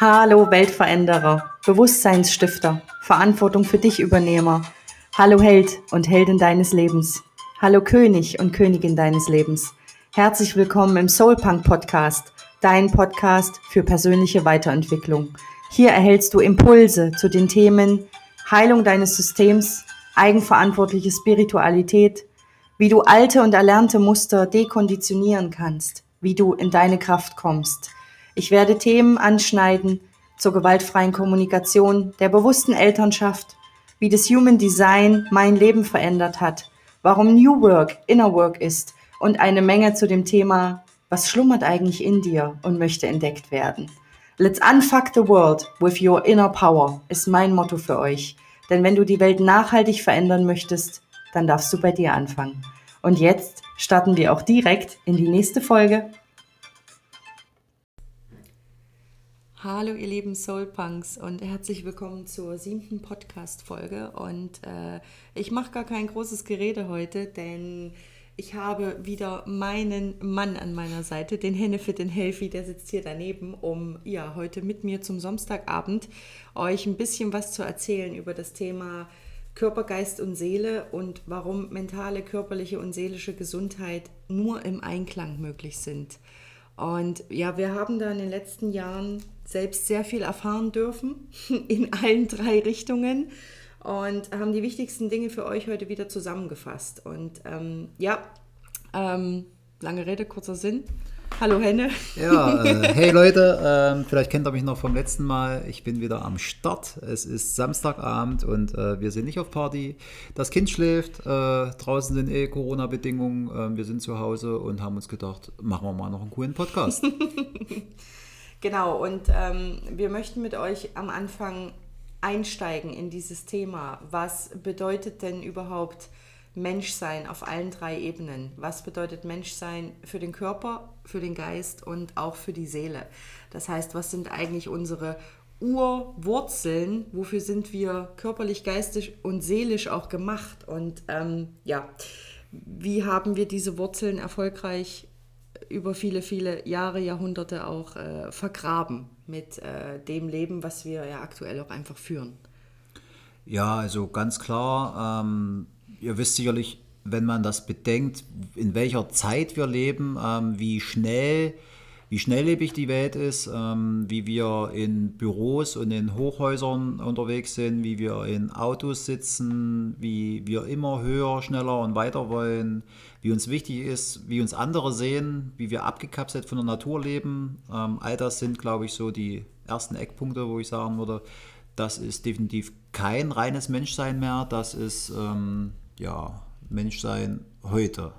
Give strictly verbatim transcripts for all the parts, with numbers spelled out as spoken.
Hallo Weltveränderer, Bewusstseinsstifter, Verantwortung für dich Übernehmer. Hallo Held und Heldin deines Lebens. Hallo König und Königin deines Lebens. Herzlich willkommen im Soulpunk Podcast, dein Podcast für persönliche Weiterentwicklung. Hier erhältst du Impulse zu den Themen Heilung deines Systems, eigenverantwortliche Spiritualität, wie du alte und erlernte Muster dekonditionieren kannst, wie du in deine Kraft kommst. Ich werde Themen anschneiden zur gewaltfreien Kommunikation, der bewussten Elternschaft, wie das Human Design mein Leben verändert hat, warum New Work Inner Work ist und eine Menge zu dem Thema, was schlummert eigentlich in dir und möchte entdeckt werden. Let's unfuck the world with your inner power ist mein Motto für euch. Denn wenn du die Welt nachhaltig verändern möchtest, dann darfst du bei dir anfangen. Und jetzt starten wir auch direkt in die nächste Folge. Hallo ihr lieben Soulpunks und herzlich willkommen zur siebten Podcast-Folge. Und äh, ich mache gar kein großes Gerede heute, denn ich habe wieder meinen Mann an meiner Seite, den Hennefit, den Helfi, der sitzt hier daneben, um ja heute mit mir zum Samstagabend euch ein bisschen was zu erzählen über das Thema Körper, Geist und Seele und warum mentale, körperliche und seelische Gesundheit nur im Einklang möglich sind. Und ja, wir haben da in den letzten Jahren selbst sehr viel erfahren dürfen, in allen drei Richtungen und haben die wichtigsten Dinge für euch heute wieder zusammengefasst. Und ähm, ja, ähm, lange Rede, kurzer Sinn. Hallo Henne. Ja, äh, hey Leute, ähm, vielleicht kennt ihr mich noch vom letzten Mal. Ich bin wieder am Start. Es ist Samstagabend und äh, wir sind nicht auf Party. Das Kind schläft, äh, draußen sind eh Corona-Bedingungen. Äh, wir sind zu Hause und haben uns gedacht, machen wir mal noch einen coolen Podcast. Genau, und ähm, wir möchten mit euch am Anfang einsteigen in dieses Thema. Was bedeutet denn überhaupt Menschsein auf allen drei Ebenen? Was bedeutet Menschsein für den Körper, für den Geist und auch für die Seele? Das heißt, was sind eigentlich unsere Urwurzeln? Wofür sind wir körperlich, geistig und seelisch auch gemacht? Und ähm, ja, wie haben wir diese Wurzeln erfolgreich über viele, viele Jahre, Jahrhunderte auch äh, vergraben mit äh, dem Leben, was wir ja aktuell auch einfach führen? Ja, also ganz klar, ähm, ihr wisst sicherlich, wenn man das bedenkt, in welcher Zeit wir leben, ähm, wie schnell, wie schnelllebig die Welt ist, ähm, wie wir in Büros und in Hochhäusern unterwegs sind, wie wir in Autos sitzen, wie wir immer höher, schneller und weiter wollen, wie uns wichtig ist, wie uns andere sehen, wie wir abgekapselt von der Natur leben. Ähm, all das sind, glaube ich, so die ersten Eckpunkte, wo ich sagen würde, das ist definitiv kein reines Menschsein mehr, das ist ähm, ja, Menschsein heute.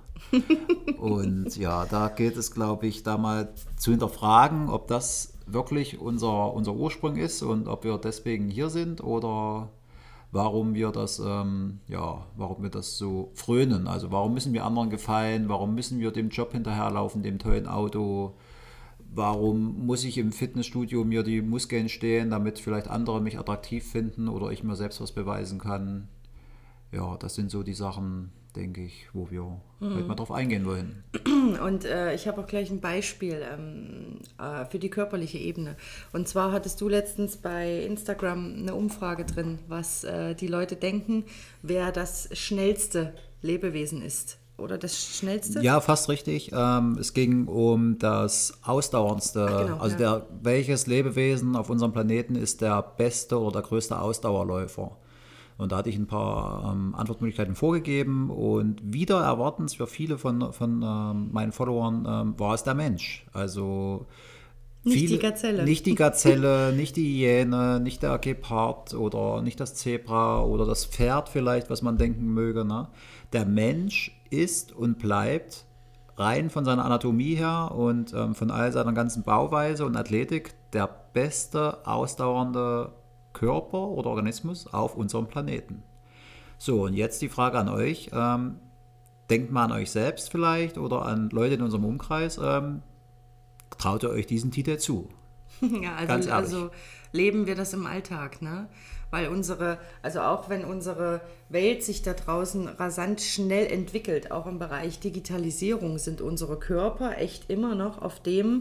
Und ja, da gilt es, glaube ich, da mal zu hinterfragen, ob das wirklich unser, unser Ursprung ist und ob wir deswegen hier sind oder warum wir das, ähm, ja, warum wir das so frönen. Also warum müssen wir anderen gefallen, warum müssen wir dem Job hinterherlaufen, dem tollen Auto, warum muss ich im Fitnessstudio mir die Muskeln stehen, damit vielleicht andere mich attraktiv finden oder ich mir selbst was beweisen kann. Ja, das sind so die Sachen, denke ich, wo wir mhm. heute mal drauf eingehen wollen. Und äh, ich habe auch gleich ein Beispiel ähm, äh, für die körperliche Ebene. Und zwar hattest du letztens bei Instagram eine Umfrage drin, was äh, die Leute denken, wer das schnellste Lebewesen ist. Oder das schnellste? Ja, fast richtig. Ähm, es ging um das ausdauerndste. Ach, genau, also ja. der, welches Lebewesen auf unserem Planeten ist der beste oder der größte Ausdauerläufer? Und da hatte ich ein paar ähm, Antwortmöglichkeiten vorgegeben und wieder erwartens für viele von, von ähm, meinen Followern ähm, war es der Mensch. Also nicht viele, die Gazelle. Nicht die Gazelle, nicht die Hyäne, nicht der Gepard oder nicht das Zebra oder das Pferd vielleicht, was man denken möge. Ne? Der Mensch ist und bleibt rein von seiner Anatomie her und ähm, von all seiner ganzen Bauweise und Athletik der beste, ausdauernde Körper oder Organismus auf unserem Planeten. So, und jetzt die Frage an euch. Ähm, denkt mal an euch selbst vielleicht oder an Leute in unserem Umkreis. Ähm, traut ihr euch diesen Titel zu? Ja, also, also leben wir das im Alltag, ne? Weil unsere, also auch wenn unsere Welt sich da draußen rasant schnell entwickelt, auch im Bereich Digitalisierung, sind unsere Körper echt immer noch auf dem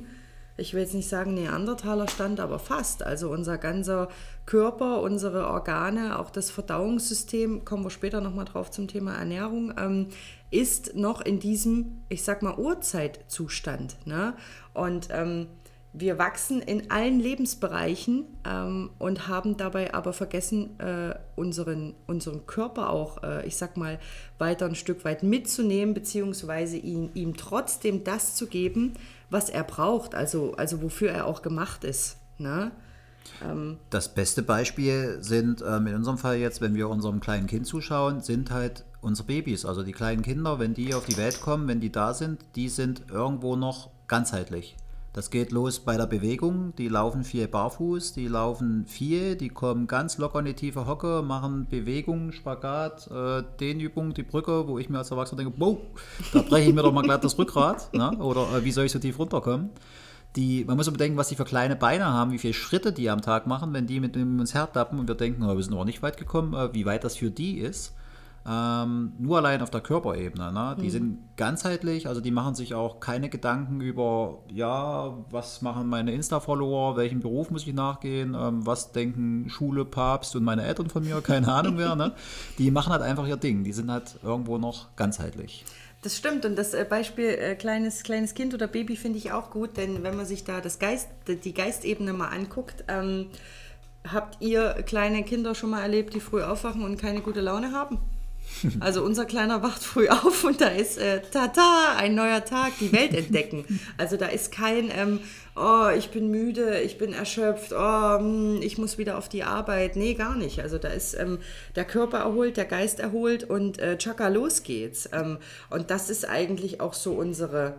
ich will jetzt nicht sagen Neandertaler stand, aber fast. Also unser ganzer Körper, unsere Organe, auch das Verdauungssystem, kommen wir später nochmal drauf zum Thema Ernährung, ähm, ist noch in diesem, ich sag mal, Urzeitzustand. Ne? Und ähm, wir wachsen in allen Lebensbereichen ähm, und haben dabei aber vergessen, äh, unseren, unseren Körper auch, äh, ich sag mal, weiter ein Stück weit mitzunehmen, beziehungsweise ihn, ihm trotzdem das zu geben, was er braucht, also, also wofür er auch gemacht ist. Ne? Ähm, Das beste Beispiel sind ähm, in unserem Fall jetzt, wenn wir unserem kleinen Kind zuschauen, sind halt unsere Babys. Also die kleinen Kinder, wenn die auf die Welt kommen, wenn die da sind, die sind irgendwo noch ganzheitlich. Das geht los bei der Bewegung, die laufen viel barfuß, die laufen viel, die kommen ganz locker in die tiefe Hocke, machen Bewegungen, Spagat, äh, Dehnübungen, die Brücke, wo ich mir als Erwachsener denke, wow, da breche ich mir doch mal glatt das Rückgrat, ne? Oder äh, wie soll ich so tief runterkommen? Die, man muss so bedenken, was die für kleine Beine haben, wie viele Schritte die am Tag machen, wenn die mit uns hertappen und wir denken, oh, wir sind noch nicht weit gekommen, äh, wie weit das für die ist. Ähm, nur allein auf der Körperebene. Ne? Die mhm. sind ganzheitlich, also die machen sich auch keine Gedanken über, ja, was machen meine Insta-Follower, welchem Beruf muss ich nachgehen, ähm, was denken Schule, Papst und meine Eltern von mir, keine Ahnung wer. Ne? Die machen halt einfach ihr Ding, die sind halt irgendwo noch ganzheitlich. Das stimmt und das Beispiel äh, kleines, kleines Kind oder Baby finde ich auch gut, denn wenn man sich da das Geist, die Geistebene mal anguckt, ähm, habt ihr kleine Kinder schon mal erlebt, die früh aufwachen und keine gute Laune haben? Also unser Kleiner wacht früh auf und da ist äh, tata, ein neuer Tag, die Welt entdecken. Also da ist kein, ähm, oh, ich bin müde, ich bin erschöpft, oh, mh, ich muss wieder auf die Arbeit. Nee, gar nicht. Also da ist ähm, der Körper erholt, der Geist erholt und äh, tschakka, los geht's. Ähm, und das ist eigentlich auch so unsere,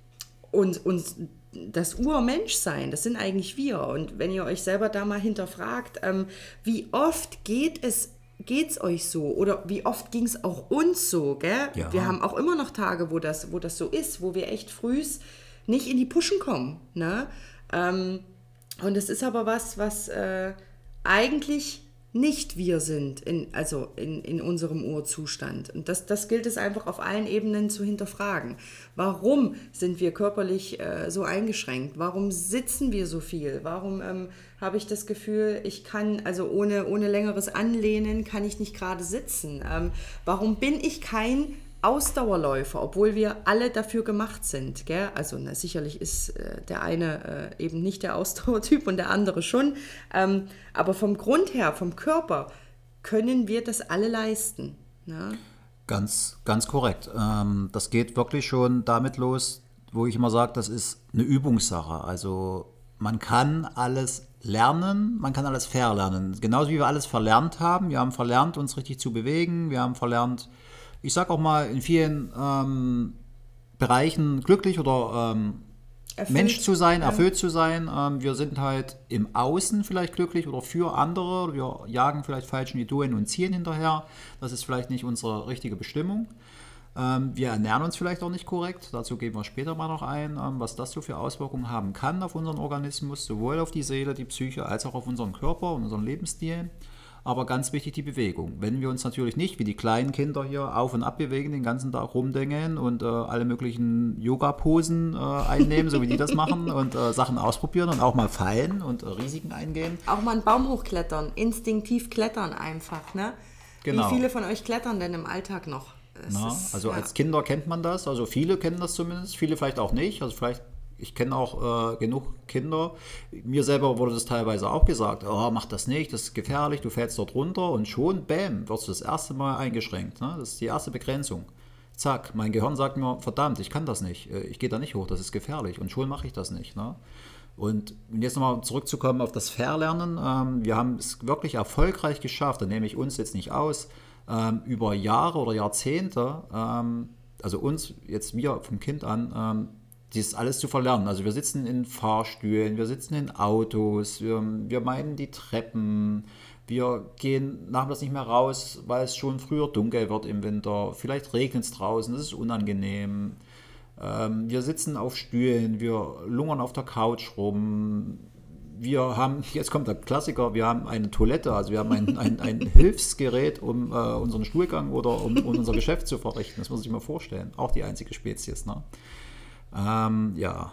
uns, uns, das Urmenschsein, das sind eigentlich wir. Und wenn ihr euch selber da mal hinterfragt, ähm, wie oft geht es geht's euch so? Oder wie oft ging es auch uns so, gell? Ja. Wir haben auch immer noch Tage, wo das, wo das so ist, wo wir echt frühs nicht in die Puschen kommen, ne? Ähm, und es ist aber was, was äh, eigentlich nicht wir sind, in, also in, in unserem Urzustand. Und das, das gilt es einfach auf allen Ebenen zu hinterfragen. Warum sind wir körperlich äh, so eingeschränkt? Warum sitzen wir so viel? Warum ähm, habe ich das Gefühl, ich kann, also ohne, ohne längeres Anlehnen, kann ich nicht gerade sitzen? Ähm, warum bin ich kein Ausdauerläufer, obwohl wir alle dafür gemacht sind, gell? Also na, sicherlich ist äh, der eine äh, eben nicht der Ausdauertyp und der andere schon, ähm, aber vom Grund her, vom Körper, können wir das alle leisten. Ne? Ganz, ganz korrekt. Ähm, das geht wirklich schon damit los, wo ich immer sage, das ist eine Übungssache. Also man kann alles lernen, man kann alles verlernen. Genauso wie wir alles verlernt haben. Wir haben verlernt, uns richtig zu bewegen, wir haben verlernt, ich sag auch mal, in vielen ähm, Bereichen glücklich oder ähm, Mensch zu sein, ja. erfüllt zu sein. Ähm, wir sind halt im Außen vielleicht glücklich oder für andere. Wir jagen vielleicht falschen Idolen und Zielen hinterher. Das ist vielleicht nicht unsere richtige Bestimmung. Ähm, wir ernähren uns vielleicht auch nicht korrekt. Dazu gehen wir später mal noch ein, ähm, was das so für Auswirkungen haben kann auf unseren Organismus, sowohl auf die Seele, die Psyche, als auch auf unseren Körper und unseren Lebensstil. Aber ganz wichtig die Bewegung. Wenn wir uns natürlich nicht wie die kleinen Kinder hier auf und ab bewegen, den ganzen Tag rumdengeln und äh, alle möglichen Yoga-Posen äh, einnehmen, so wie die das machen und äh, Sachen ausprobieren und auch mal fallen und äh, Risiken eingehen. Auch mal einen Baum hochklettern, instinktiv klettern einfach. Ne? Genau. Wie viele von euch klettern denn im Alltag noch? Na, ist, also ja. als Kinder kennt man das, also viele kennen das zumindest, viele vielleicht auch nicht. Also vielleicht Ich kenne auch äh, genug Kinder. Mir selber wurde das teilweise auch gesagt, oh, mach das nicht, das ist gefährlich, du fällst dort runter und schon, bäm, wirst du das erste Mal eingeschränkt. Ne? Das ist die erste Begrenzung. Zack, mein Gehirn sagt mir, verdammt, ich kann das nicht, ich gehe da nicht hoch, das ist gefährlich und schon mache ich das nicht. Ne? Und jetzt nochmal zurückzukommen auf das Verlernen, ähm, wir haben es wirklich erfolgreich geschafft, da nehme ich uns jetzt nicht aus, ähm, über Jahre oder Jahrzehnte, ähm, also uns, jetzt wir vom Kind an, ähm, dies alles zu verlernen. Also wir sitzen in Fahrstühlen, wir sitzen in Autos, wir, wir meiden die Treppen, wir gehen nachmittags nicht mehr raus, weil es schon früher dunkel wird im Winter, vielleicht regnet es draußen, das ist unangenehm. Ähm, wir sitzen auf Stühlen, wir lungern auf der Couch rum, wir haben, jetzt kommt der Klassiker, wir haben eine Toilette, also wir haben ein, ein, ein Hilfsgerät, um äh, unseren Stuhlgang oder um, um unser Geschäft zu verrichten, das muss ich mir vorstellen, auch die einzige Spezies, ne? Ähm, ja,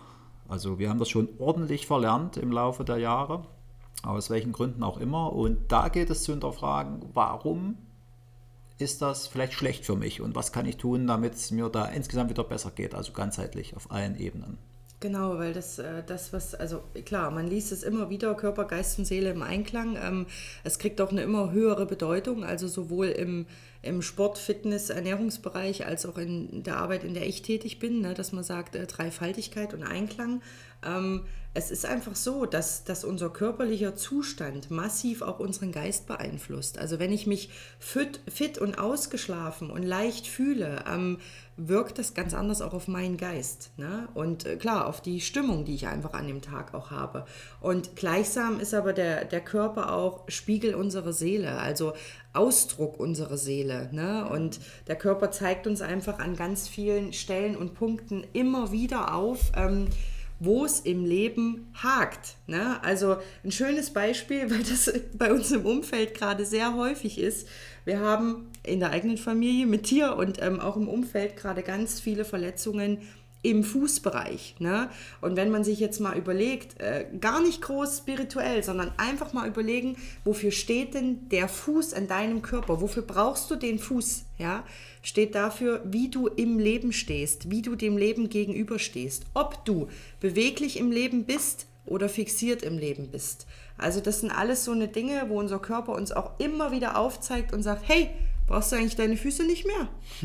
Also wir haben das schon ordentlich verlernt im Laufe der Jahre, aus welchen Gründen auch immer. Und da geht es zu hinterfragen, warum ist das vielleicht schlecht für mich und was kann ich tun, damit es mir da insgesamt wieder besser geht, also ganzheitlich auf allen Ebenen. Genau, weil das, äh, das was, also klar, man liest es immer wieder, Körper, Geist und Seele im Einklang. Ähm, es kriegt auch eine immer höhere Bedeutung, also sowohl im, im Sport-, Fitness-, Ernährungsbereich als auch in der Arbeit, in der ich tätig bin, ne, dass man sagt, äh, Dreifaltigkeit und Einklang. Ähm, es ist einfach so, dass, dass unser körperlicher Zustand massiv auch unseren Geist beeinflusst. Also wenn ich mich fit, fit und ausgeschlafen und leicht fühle, ähm, wirkt das ganz anders auch auf meinen Geist. Ne? Und äh, klar, auf die Stimmung, die ich einfach an dem Tag auch habe. Und gleichsam ist aber der, der Körper auch Spiegel unserer Seele, also Ausdruck unserer Seele. Ne? Und der Körper zeigt uns einfach an ganz vielen Stellen und Punkten immer wieder auf, ähm, wo es im Leben hakt. Ne? Also ein schönes Beispiel, weil das bei uns im Umfeld gerade sehr häufig ist. Wir haben in der eigenen Familie mit Tier und ähm, auch im Umfeld gerade ganz viele Verletzungen im Fußbereich. Ne? Und wenn man sich jetzt mal überlegt, äh, gar nicht groß spirituell, sondern einfach mal überlegen, wofür steht denn der Fuß an deinem Körper? Wofür brauchst du den Fuß? Ja? Steht dafür, wie du im Leben stehst, wie du dem Leben gegenüberstehst, ob du beweglich im Leben bist oder fixiert im Leben bist. Also das sind alles so eine Dinge, wo unser Körper uns auch immer wieder aufzeigt und sagt, hey, brauchst du eigentlich deine Füße nicht mehr?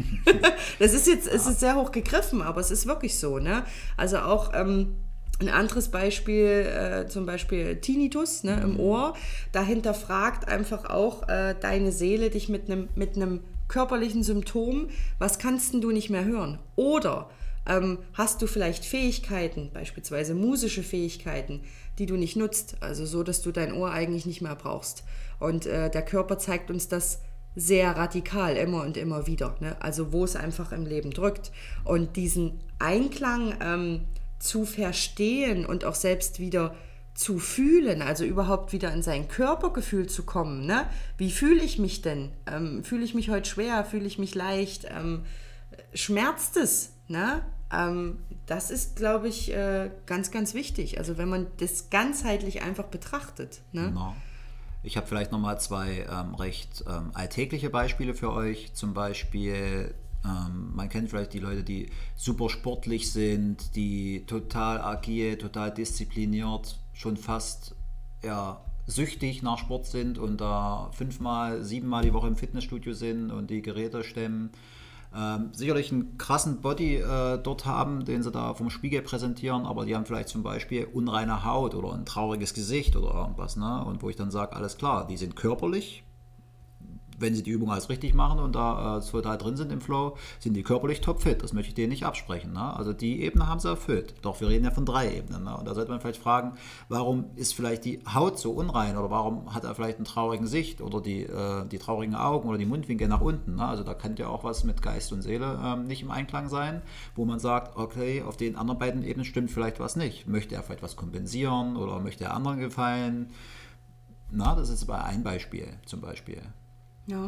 Das ist jetzt, es ist sehr hoch gegriffen, aber es ist wirklich so. Ne? Also auch ähm, ein anderes Beispiel, äh, zum Beispiel Tinnitus, ne, im Ohr. Dahinter fragt einfach auch äh, deine Seele dich mit einem mit einem körperlichen Symptom, was kannst denn du nicht mehr hören? Oder ähm, hast du vielleicht Fähigkeiten, beispielsweise musische Fähigkeiten, die du nicht nutzt, also so, dass du dein Ohr eigentlich nicht mehr brauchst. Und äh, der Körper zeigt uns das sehr radikal immer und immer wieder, ne? Also wo es einfach im Leben drückt. Und diesen Einklang ähm, zu verstehen und auch selbst wieder zu fühlen, also überhaupt wieder in sein Körpergefühl zu kommen. Ne? Wie fühle ich mich denn? Ähm, fühle ich mich heute schwer? Fühle ich mich leicht? Ähm, schmerzt es? Ne? Ähm, das ist, glaube ich, äh, ganz, ganz wichtig. Also wenn man das ganzheitlich einfach betrachtet. Ne? Genau. Ich habe vielleicht nochmal zwei ähm, recht ähm, alltägliche Beispiele für euch. Zum Beispiel, ähm, man kennt vielleicht die Leute, die super sportlich sind, die total agil, total diszipliniert, schon fast ja, süchtig nach Sport sind und da fünfmal, siebenmal die Woche im Fitnessstudio sind und die Geräte stemmen. Ähm, sicherlich einen krassen Body äh, dort haben, den sie da vom Spiegel präsentieren, aber die haben vielleicht zum Beispiel unreine Haut oder ein trauriges Gesicht oder irgendwas, ne? Und wo ich dann sage, alles klar, die sind körperlich, wenn sie die Übung alles richtig machen und da äh, total drin sind im Flow, sind die körperlich topfit. Das möchte ich denen nicht absprechen. Ne? Also die Ebene haben sie erfüllt. Doch wir reden ja von drei Ebenen. Ne? Und da sollte man vielleicht fragen, warum ist vielleicht die Haut so unrein oder warum hat er vielleicht einen traurigen Sicht oder die, äh, die traurigen Augen oder die Mundwinkel nach unten. Ne? Also da kann ja auch was mit Geist und Seele ähm, nicht im Einklang sein, wo man sagt, okay, auf den anderen beiden Ebenen stimmt vielleicht was nicht. Möchte er vielleicht was kompensieren oder möchte er anderen gefallen? Na, das ist aber ein Beispiel zum Beispiel. Ja.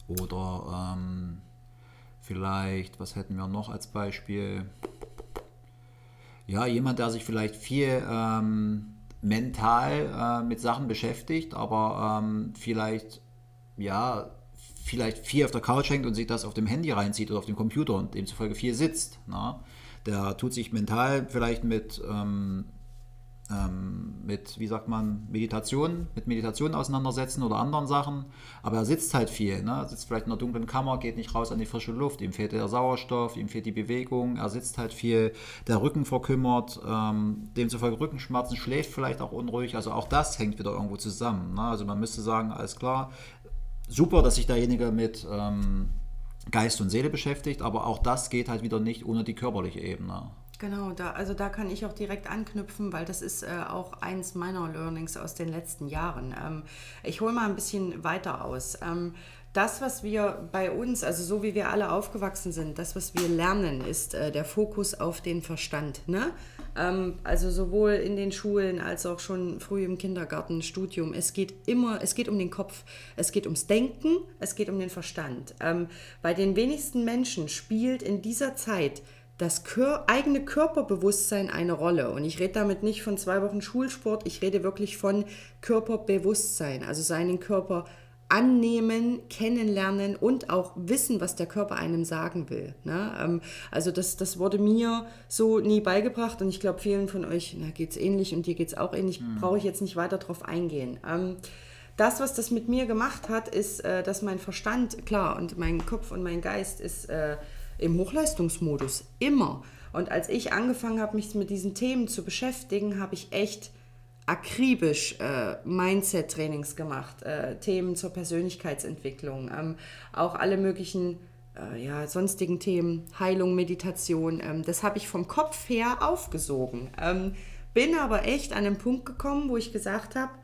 Oder ähm, vielleicht, was hätten wir noch als Beispiel? Ja, jemand, der sich vielleicht viel ähm, mental äh, mit Sachen beschäftigt, aber ähm, vielleicht, ja, vielleicht viel auf der Couch hängt und sich das auf dem Handy reinzieht oder auf dem Computer und demzufolge viel sitzt. Na? Der tut sich mental vielleicht mit... Ähm, mit, wie sagt man, Meditation, mit Meditation auseinandersetzen oder anderen Sachen, aber er sitzt halt viel, ne? Er sitzt vielleicht in einer dunklen Kammer, geht nicht raus an die frische Luft, ihm fehlt der Sauerstoff, ihm fehlt die Bewegung, er sitzt halt viel, der Rücken verkümmert, ähm, demzufolge Rückenschmerzen, schläft vielleicht auch unruhig, also auch das hängt wieder irgendwo zusammen, ne? Also man müsste sagen, alles klar, super, dass sich derjenige mit ähm, Geist und Seele beschäftigt, aber auch das geht halt wieder nicht ohne die körperliche Ebene. Genau, da, also da kann ich auch direkt anknüpfen, weil das ist äh, auch eins meiner Learnings aus den letzten Jahren. Ähm, ich hole mal ein bisschen weiter aus. Ähm, das, was wir bei uns, also so wie wir alle aufgewachsen sind, das, was wir lernen, ist äh, der Fokus auf den Verstand. Ne? Ähm, also sowohl in den Schulen als auch schon früh im Kindergarten, Studium. Es geht immer, es geht um den Kopf, es geht ums Denken, es geht um den Verstand. Ähm, bei den wenigsten Menschen spielt in dieser Zeit das Kör- eigene Körperbewusstsein eine Rolle. Und ich rede damit nicht von zwei Wochen Schulsport, ich rede wirklich von Körperbewusstsein, also seinen Körper annehmen, kennenlernen und auch wissen, was der Körper einem sagen will. Ne? Ähm, also das, das wurde mir so nie beigebracht und ich glaube vielen von euch geht es ähnlich und dir geht es auch ähnlich, mhm. brauche ich jetzt nicht weiter drauf eingehen. Ähm, das, was das mit mir gemacht hat, ist, äh, dass mein Verstand, klar, und mein Kopf und mein Geist ist äh, im Hochleistungsmodus, immer. Und als ich angefangen habe, mich mit diesen Themen zu beschäftigen, habe ich echt akribisch äh, Mindset-Trainings gemacht, äh, Themen zur Persönlichkeitsentwicklung, ähm, auch alle möglichen äh, ja, sonstigen Themen, Heilung, Meditation, ähm, das habe ich vom Kopf her aufgesogen. Ähm, bin aber echt an einen Punkt gekommen, wo ich gesagt habe,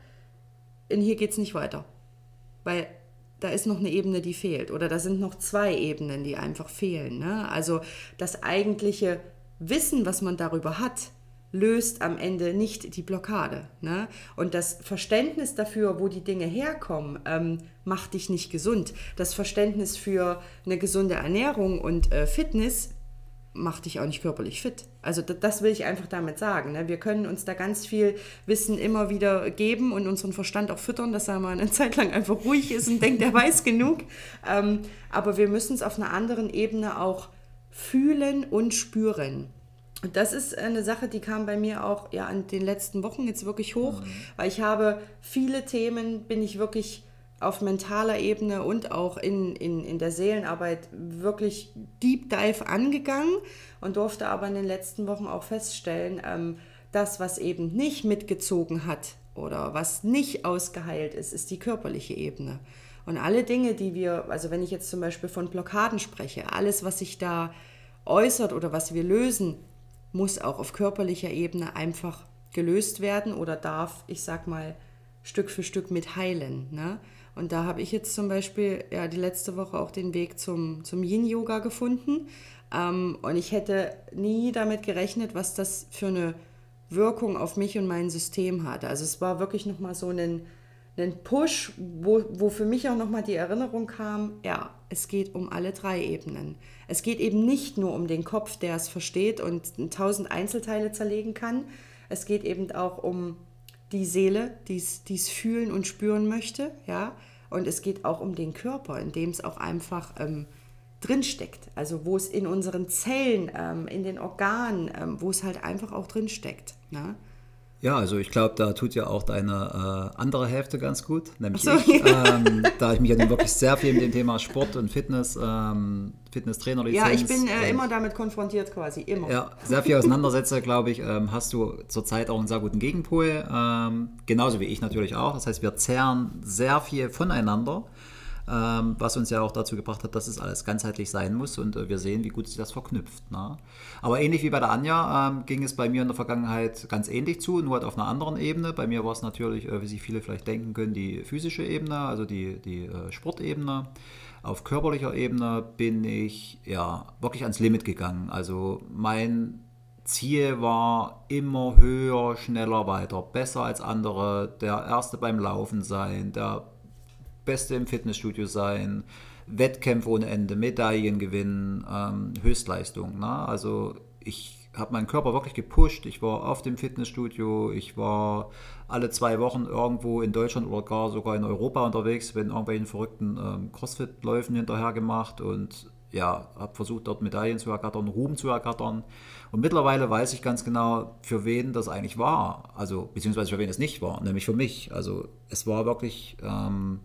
in hier geht es nicht weiter, weil da ist noch eine Ebene, die fehlt oder da sind noch zwei Ebenen, die einfach fehlen. Ne? Also das eigentliche Wissen, was man darüber hat, löst am Ende nicht die Blockade. Ne? Und das Verständnis dafür, wo die Dinge herkommen, ähm, macht dich nicht gesund. Das Verständnis für eine gesunde Ernährung und äh, Fitness macht dich auch nicht körperlich fit. Also das, das will ich einfach damit sagen. Ne? Wir können uns da ganz viel Wissen immer wieder geben und unseren Verstand auch füttern, dass er mal eine Zeit lang einfach ruhig ist und denkt, er weiß genug. Ähm, aber wir müssen es auf einer anderen Ebene auch fühlen und spüren. Und das ist eine Sache, die kam bei mir auch ja in den letzten Wochen jetzt wirklich hoch, mhm. weil ich habe viele Themen, bin ich wirklich auf mentaler Ebene und auch in, in, in der Seelenarbeit wirklich Deep Dive angegangen und durfte aber in den letzten Wochen auch feststellen, ähm, das, was eben nicht mitgezogen hat oder was nicht ausgeheilt ist, ist die körperliche Ebene. Und alle Dinge, die wir, also wenn ich jetzt zum Beispiel von Blockaden spreche, alles, was sich da äußert oder was wir lösen, muss auch auf körperlicher Ebene einfach gelöst werden oder darf, ich sag mal, Stück für Stück mit heilen. Ne? Und da habe ich jetzt zum Beispiel ja, die letzte Woche auch den Weg zum, zum Yin-Yoga gefunden. Ähm, und ich hätte nie damit gerechnet, was das für eine Wirkung auf mich und mein System hatte. Also es war wirklich nochmal so ein, ein Push, wo, wo für mich auch nochmal die Erinnerung kam, ja, es geht um alle drei Ebenen. Es geht eben nicht nur um den Kopf, der es versteht und tausend Einzelteile zerlegen kann. Es geht eben auch um die Seele, die es fühlen und spüren möchte, ja. Und es geht auch um den Körper, in dem es auch einfach ähm, drinsteckt. Also wo es in unseren Zellen, ähm, in den Organen, ähm, wo es halt einfach auch drinsteckt. Ne? Ja, also ich glaube, da tut ja auch deine äh, andere Hälfte ganz gut, nämlich so, ich, ja. ähm, da ich mich ja nun wirklich sehr viel mit dem Thema Sport und Fitness, ähm, Fitnesstrainer-Lizenz... Ja, ich bin äh, immer damit konfrontiert quasi, immer. Ja, sehr viel auseinandersetze, glaube ich, ähm, hast du zurzeit auch einen sehr guten Gegenpol, ähm, genauso wie ich natürlich auch. Das heißt, wir zehren sehr viel voneinander, ähm, was uns ja auch dazu gebracht hat, dass es alles ganzheitlich sein muss und äh, wir sehen, wie gut sich das verknüpft. Ne? Aber ähnlich wie bei der Anja ähm, ging es bei mir in der Vergangenheit ganz ähnlich zu, nur halt auf einer anderen Ebene. Bei mir war es natürlich, äh, wie sich viele vielleicht denken können, die physische Ebene, also die, die äh, Sportebene. Auf körperlicher Ebene bin ich ja wirklich ans Limit gegangen. Also mein Ziel war immer höher, schneller, weiter, besser als andere, der Erste beim Laufen sein, der Beste im Fitnessstudio sein, Wettkämpfe ohne Ende, Medaillen gewinnen, ähm, Höchstleistung. Ne? Also ich habe meinen Körper wirklich gepusht. Ich war auf dem Fitnessstudio, ich war alle zwei Wochen irgendwo in Deutschland oder gar sogar in Europa unterwegs, bin irgendwelchen verrückten ähm, Crossfit-Läufen hinterher gemacht und ja, habe versucht, dort Medaillen zu ergattern, Ruhm zu ergattern. Und mittlerweile weiß ich ganz genau, für wen das eigentlich war. Also, beziehungsweise für wen es nicht war, nämlich für mich. Also, es war wirklich, ähm,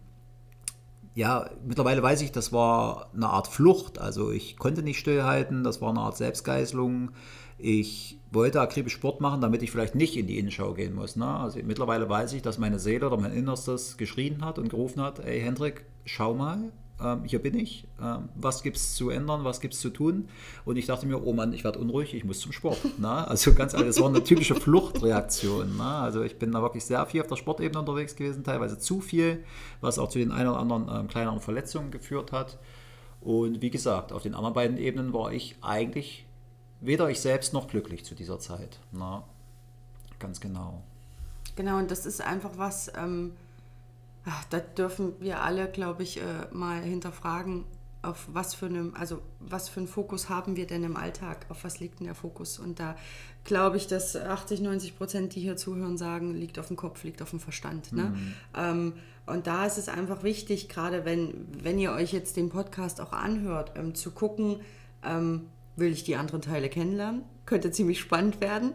ja, mittlerweile weiß ich, das war eine Art Flucht. Also, ich konnte nicht stillhalten, das war eine Art Selbstgeißelung. Ich wollte akribisch Sport machen, damit ich vielleicht nicht in die Innenschau gehen muss. Ne? Also, mittlerweile weiß ich, dass meine Seele oder mein Innerstes geschrien hat und gerufen hat: Ey, Hendrik, schau mal. Ähm, hier bin ich, ähm, was gibt es zu ändern, was gibt es zu tun? Und ich dachte mir, oh Mann, ich werde unruhig, ich muss zum Sport. Ne? Also ganz ehrlich, das war eine typische Fluchtreaktion. Ne? Also ich bin da wirklich sehr viel auf der Sportebene unterwegs gewesen, teilweise zu viel, was auch zu den ein oder anderen ähm, kleineren Verletzungen geführt hat. Und wie gesagt, auf den anderen beiden Ebenen war ich eigentlich weder ich selbst noch glücklich zu dieser Zeit. Ne? Ganz genau. Genau, und das ist einfach was... Ähm Da dürfen wir alle, glaube ich, mal hinterfragen, auf was für einem, also was für einen Fokus haben wir denn im Alltag, auf was liegt denn der Fokus? Und da glaube ich, dass achtzig, neunzig Prozent, die hier zuhören, sagen, liegt auf dem Kopf, liegt auf dem Verstand. Ne? Mhm. Ähm, und da ist es einfach wichtig, gerade wenn, wenn ihr euch jetzt den Podcast auch anhört, ähm, zu gucken, ähm, will ich die anderen Teile kennenlernen? Könnte ziemlich spannend werden.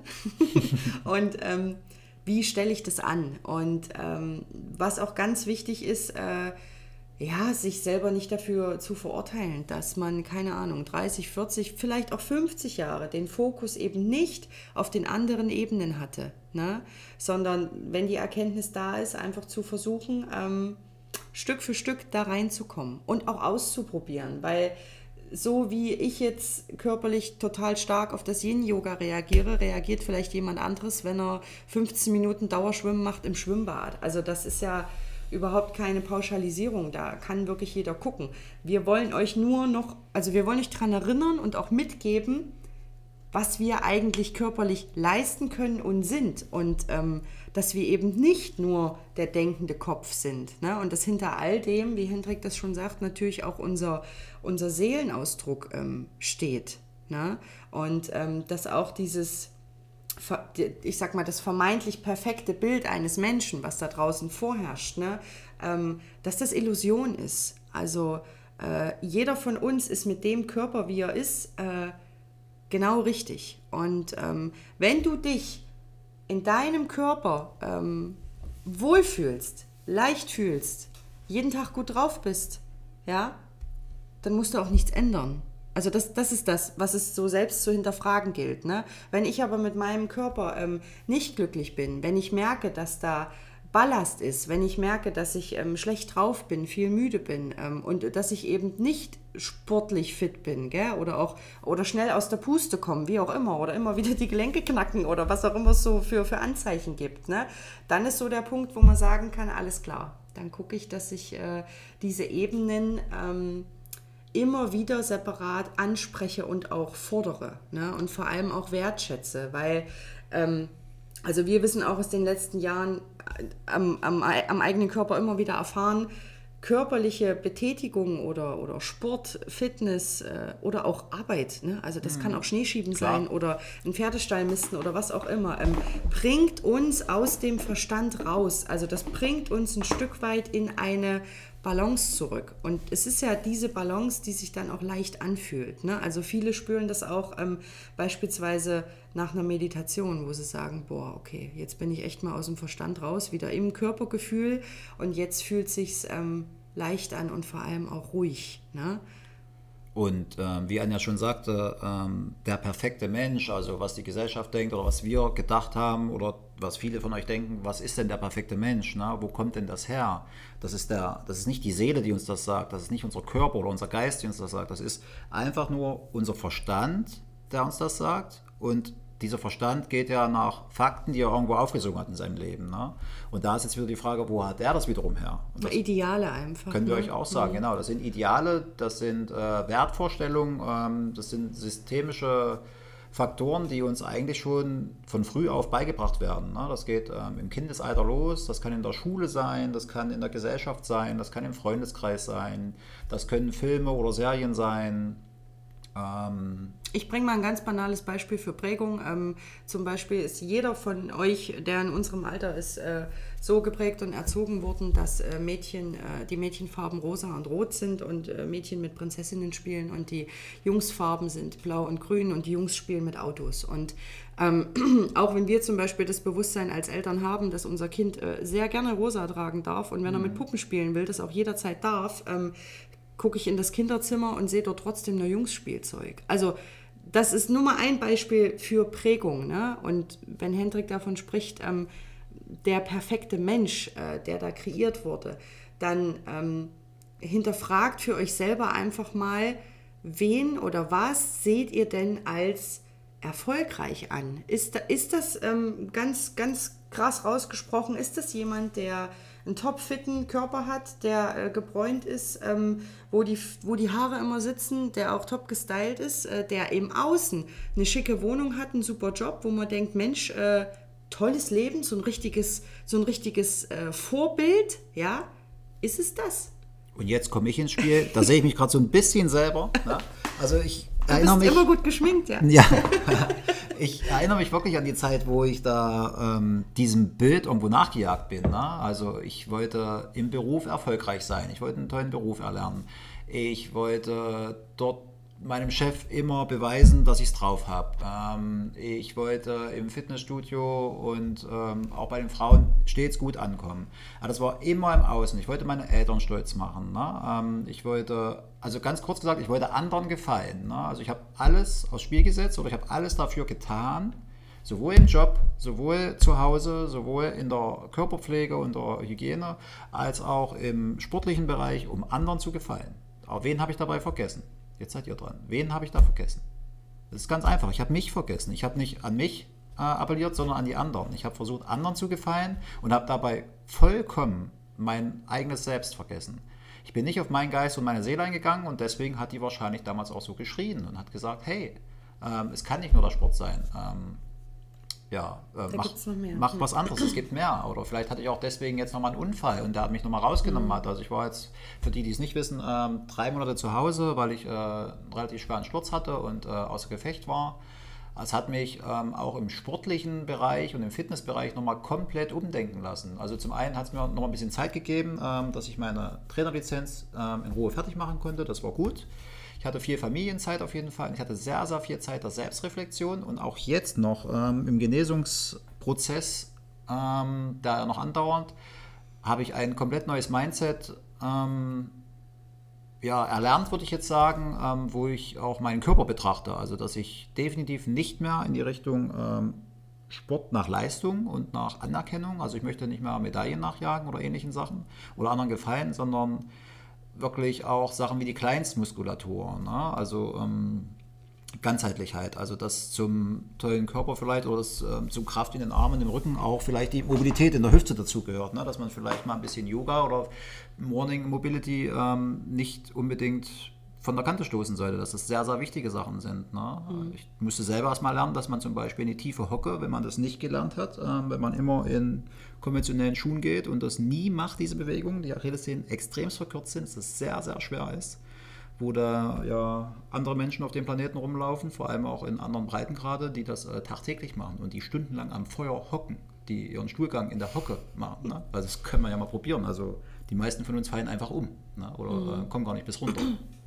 Und ähm, wie stelle ich das an? Und ähm, was auch ganz wichtig ist, äh, ja, sich selber nicht dafür zu verurteilen, dass man, keine Ahnung, dreißig, vierzig, vielleicht auch fünfzig Jahre den Fokus eben nicht auf den anderen Ebenen hatte, ne? Sondern wenn die Erkenntnis da ist, einfach zu versuchen, ähm, Stück für Stück da reinzukommen und auch auszuprobieren, weil so wie ich jetzt körperlich total stark auf das Yin-Yoga reagiere, reagiert vielleicht jemand anderes, wenn er fünfzehn Minuten Dauerschwimmen macht im Schwimmbad. Also das ist ja überhaupt keine Pauschalisierung, da kann wirklich jeder gucken. Wir wollen euch nur noch, also wir wollen euch daran erinnern und auch mitgeben, was wir eigentlich körperlich leisten können und sind und ähm, dass wir eben nicht nur der denkende Kopf sind, ne? Und dass hinter all dem, wie Hendrik das schon sagt, natürlich auch unser, unser Seelenausdruck ähm, steht, ne? Und ähm, dass auch dieses, ich sag mal, das vermeintlich perfekte Bild eines Menschen, was da draußen vorherrscht, ne? ähm, dass das Illusion ist. Also äh, jeder von uns ist mit dem Körper, wie er ist, äh, genau richtig. Und ähm, wenn du dich in deinem Körper ähm, wohlfühlst, leicht fühlst, jeden Tag gut drauf bist, ja, dann musst du auch nichts ändern. Also das, das ist das, was es so selbst zu hinterfragen gilt, ne? Wenn ich aber mit meinem Körper ähm, nicht glücklich bin, wenn ich merke, dass da Ballast ist, wenn ich merke, dass ich ähm, schlecht drauf bin, viel müde bin ähm, und dass ich eben nicht sportlich fit bin, gell? Oder auch oder schnell aus der Puste komme, wie auch immer, oder immer wieder die Gelenke knacken oder was auch immer es so für, für Anzeichen gibt, ne? Dann ist so der Punkt, wo man sagen kann, alles klar, dann gucke ich, dass ich äh, diese Ebenen ähm, immer wieder separat anspreche und auch fordere, ne? Und vor allem auch wertschätze, weil ähm, also wir wissen auch aus den letzten Jahren am, am, am eigenen Körper immer wieder erfahren, körperliche Betätigung oder, oder Sport, Fitness äh, oder auch Arbeit, ne? Also das mhm. kann auch Schneeschieben Klar. sein oder ein Pferdestall misten oder was auch immer, ähm, bringt uns aus dem Verstand raus. Also das bringt uns ein Stück weit in eine Balance zurück. Und es ist ja diese Balance, die sich dann auch leicht anfühlt, ne? Also viele spüren das auch ähm, beispielsweise nach einer Meditation, wo sie sagen, boah, okay, jetzt bin ich echt mal aus dem Verstand raus, wieder im Körpergefühl und jetzt fühlt es sich ähm, leicht an und vor allem auch ruhig, ne? Und ähm, wie Anja schon sagte, ähm, der perfekte Mensch, also was die Gesellschaft denkt oder was wir gedacht haben oder was viele von euch denken, was ist denn der perfekte Mensch? Ne? Wo kommt denn das her? Das ist, der, das ist nicht die Seele, die uns das sagt, das ist nicht unser Körper oder unser Geist, die uns das sagt, das ist einfach nur unser Verstand, der uns das sagt. Und dieser Verstand geht ja nach Fakten, die er irgendwo aufgesogen hat in seinem Leben. Ne? Und da ist jetzt wieder die Frage, wo hat er das wiederum her? Und das Ideale einfach. Können wir ne? euch auch sagen, mhm. genau. Das sind Ideale, das sind äh, Wertvorstellungen, ähm, das sind systemische Faktoren, die uns eigentlich schon von früh auf beigebracht werden. Ne? Das geht ähm, im Kindesalter los, das kann in der Schule sein, das kann in der Gesellschaft sein, das kann im Freundeskreis sein, das können Filme oder Serien sein. Ähm, Ich bringe mal ein ganz banales Beispiel für Prägung. Ähm, zum Beispiel ist jeder von euch, der in unserem Alter ist, äh, so geprägt und erzogen worden, dass äh, Mädchen, äh, die Mädchenfarben rosa und rot sind und äh, Mädchen mit Prinzessinnen spielen und die Jungsfarben sind blau und grün und die Jungs spielen mit Autos. Und ähm, auch wenn wir zum Beispiel das Bewusstsein als Eltern haben, dass unser Kind äh, sehr gerne rosa tragen darf und wenn er mit Puppen spielen will, das auch jederzeit darf, ähm, gucke ich in das Kinderzimmer und sehe dort trotzdem nur Jungsspielzeug. Also das ist nur mal ein Beispiel für Prägung, ne? Und wenn Hendrik davon spricht, ähm, der perfekte Mensch, äh, der da kreiert wurde, dann ähm, hinterfragt für euch selber einfach mal, wen oder was seht ihr denn als erfolgreich an? Ist, ist das ähm, ganz, ganz krass rausgesprochen, ist das jemand, der einen topfitten Körper hat, der äh, gebräunt ist, ähm, wo, die, wo die Haare immer sitzen, der auch top gestylt ist, äh, der im Außen eine schicke Wohnung hat, einen super Job, wo man denkt, Mensch, äh, tolles Leben, so ein richtiges, so ein richtiges äh, Vorbild, ja, ist es das? Und jetzt komme ich ins Spiel. Da sehe ich mich gerade so ein bisschen selber. Ne? Also ich du erinnere bist mich. immer gut geschminkt, ja. Ja. Ich erinnere mich wirklich an die Zeit, wo ich da ähm, diesem Bild irgendwo nachgejagt bin. Ne? Also ich wollte im Beruf erfolgreich sein. Ich wollte einen tollen Beruf erlernen. Ich wollte dort meinem Chef immer beweisen, dass ich es drauf habe. Ähm, ich wollte im Fitnessstudio und ähm, auch bei den Frauen stets gut ankommen. Aber das war immer im Außen. Ich wollte meine Eltern stolz machen. Ne? Ähm, ich wollte, also ganz kurz gesagt, ich wollte anderen gefallen. Ne? Also ich habe alles aufs Spiel gesetzt oder ich habe alles dafür getan, sowohl im Job, sowohl zu Hause, sowohl in der Körperpflege und der Hygiene, als auch im sportlichen Bereich, um anderen zu gefallen. Aber wen habe ich dabei vergessen? Jetzt seid ihr dran. Wen habe ich da vergessen? Das ist ganz einfach. Ich habe mich vergessen. Ich habe nicht an mich äh, appelliert, sondern an die anderen. Ich habe versucht, anderen zu gefallen und habe dabei vollkommen mein eigenes Selbst vergessen. Ich bin nicht auf meinen Geist und meine Seele eingegangen und deswegen hat die wahrscheinlich damals auch so geschrien und hat gesagt, hey, ähm, es kann nicht nur der Sport sein. Ähm, ja, äh, mach, mach was anderes, es gibt mehr. Oder vielleicht hatte ich auch deswegen jetzt nochmal einen Unfall und der hat mich nochmal rausgenommen mhm. hat. Also ich war jetzt, für die, die es nicht wissen, ähm, drei Monate zu Hause, weil ich äh, einen relativ schweren Sturz hatte und äh, außer Gefecht war. Es hat mich ähm, auch im sportlichen Bereich und im Fitnessbereich nochmal komplett umdenken lassen. Also zum einen hat es mir nochmal ein bisschen Zeit gegeben, ähm, dass ich meine Trainerlizenz ähm, in Ruhe fertig machen konnte. Das war gut. Ich hatte viel Familienzeit auf jeden Fall. Ich hatte sehr, sehr viel Zeit der Selbstreflexion und auch jetzt noch ähm, im Genesungsprozess, ähm, der noch andauernd, habe ich ein komplett neues Mindset ähm, ja, erlernt, würde ich jetzt sagen, ähm, wo ich auch meinen Körper betrachte. Also, dass ich definitiv nicht mehr in die Richtung ähm, Sport nach Leistung und nach Anerkennung, also ich möchte nicht mehr Medaillen nachjagen oder ähnlichen Sachen oder anderen gefallen, sondern wirklich auch Sachen wie die Kleinstmuskulatur, ne? Also ähm, Ganzheitlichkeit, also das zum tollen Körper vielleicht oder das ähm, zum Kraft in den Armen, im Rücken auch vielleicht die Mobilität in der Hüfte dazu gehört, ne? Dass man vielleicht mal ein bisschen Yoga oder Morning Mobility ähm, nicht unbedingt von der Kante stoßen sollte, dass das sehr, sehr wichtige Sachen sind. Ne? Mhm. Ich musste selber erst mal lernen, dass man zum Beispiel in die tiefe Hocke, wenn man das nicht gelernt hat, ähm, wenn man immer in konventionellen Schuhen geht und das nie macht, diese Bewegungen, die Achillessehnen extrem verkürzt sind, dass das sehr, sehr schwer ist, wo da ja andere Menschen auf dem Planeten rumlaufen, vor allem auch in anderen Breitengrade, die das äh, tagtäglich machen und die stundenlang am Feuer hocken, die ihren Stuhlgang in der Hocke machen. Ne? Also das können wir ja mal probieren. Also die meisten von uns fallen einfach um, ne? Oder mhm. äh, kommen gar nicht bis runter.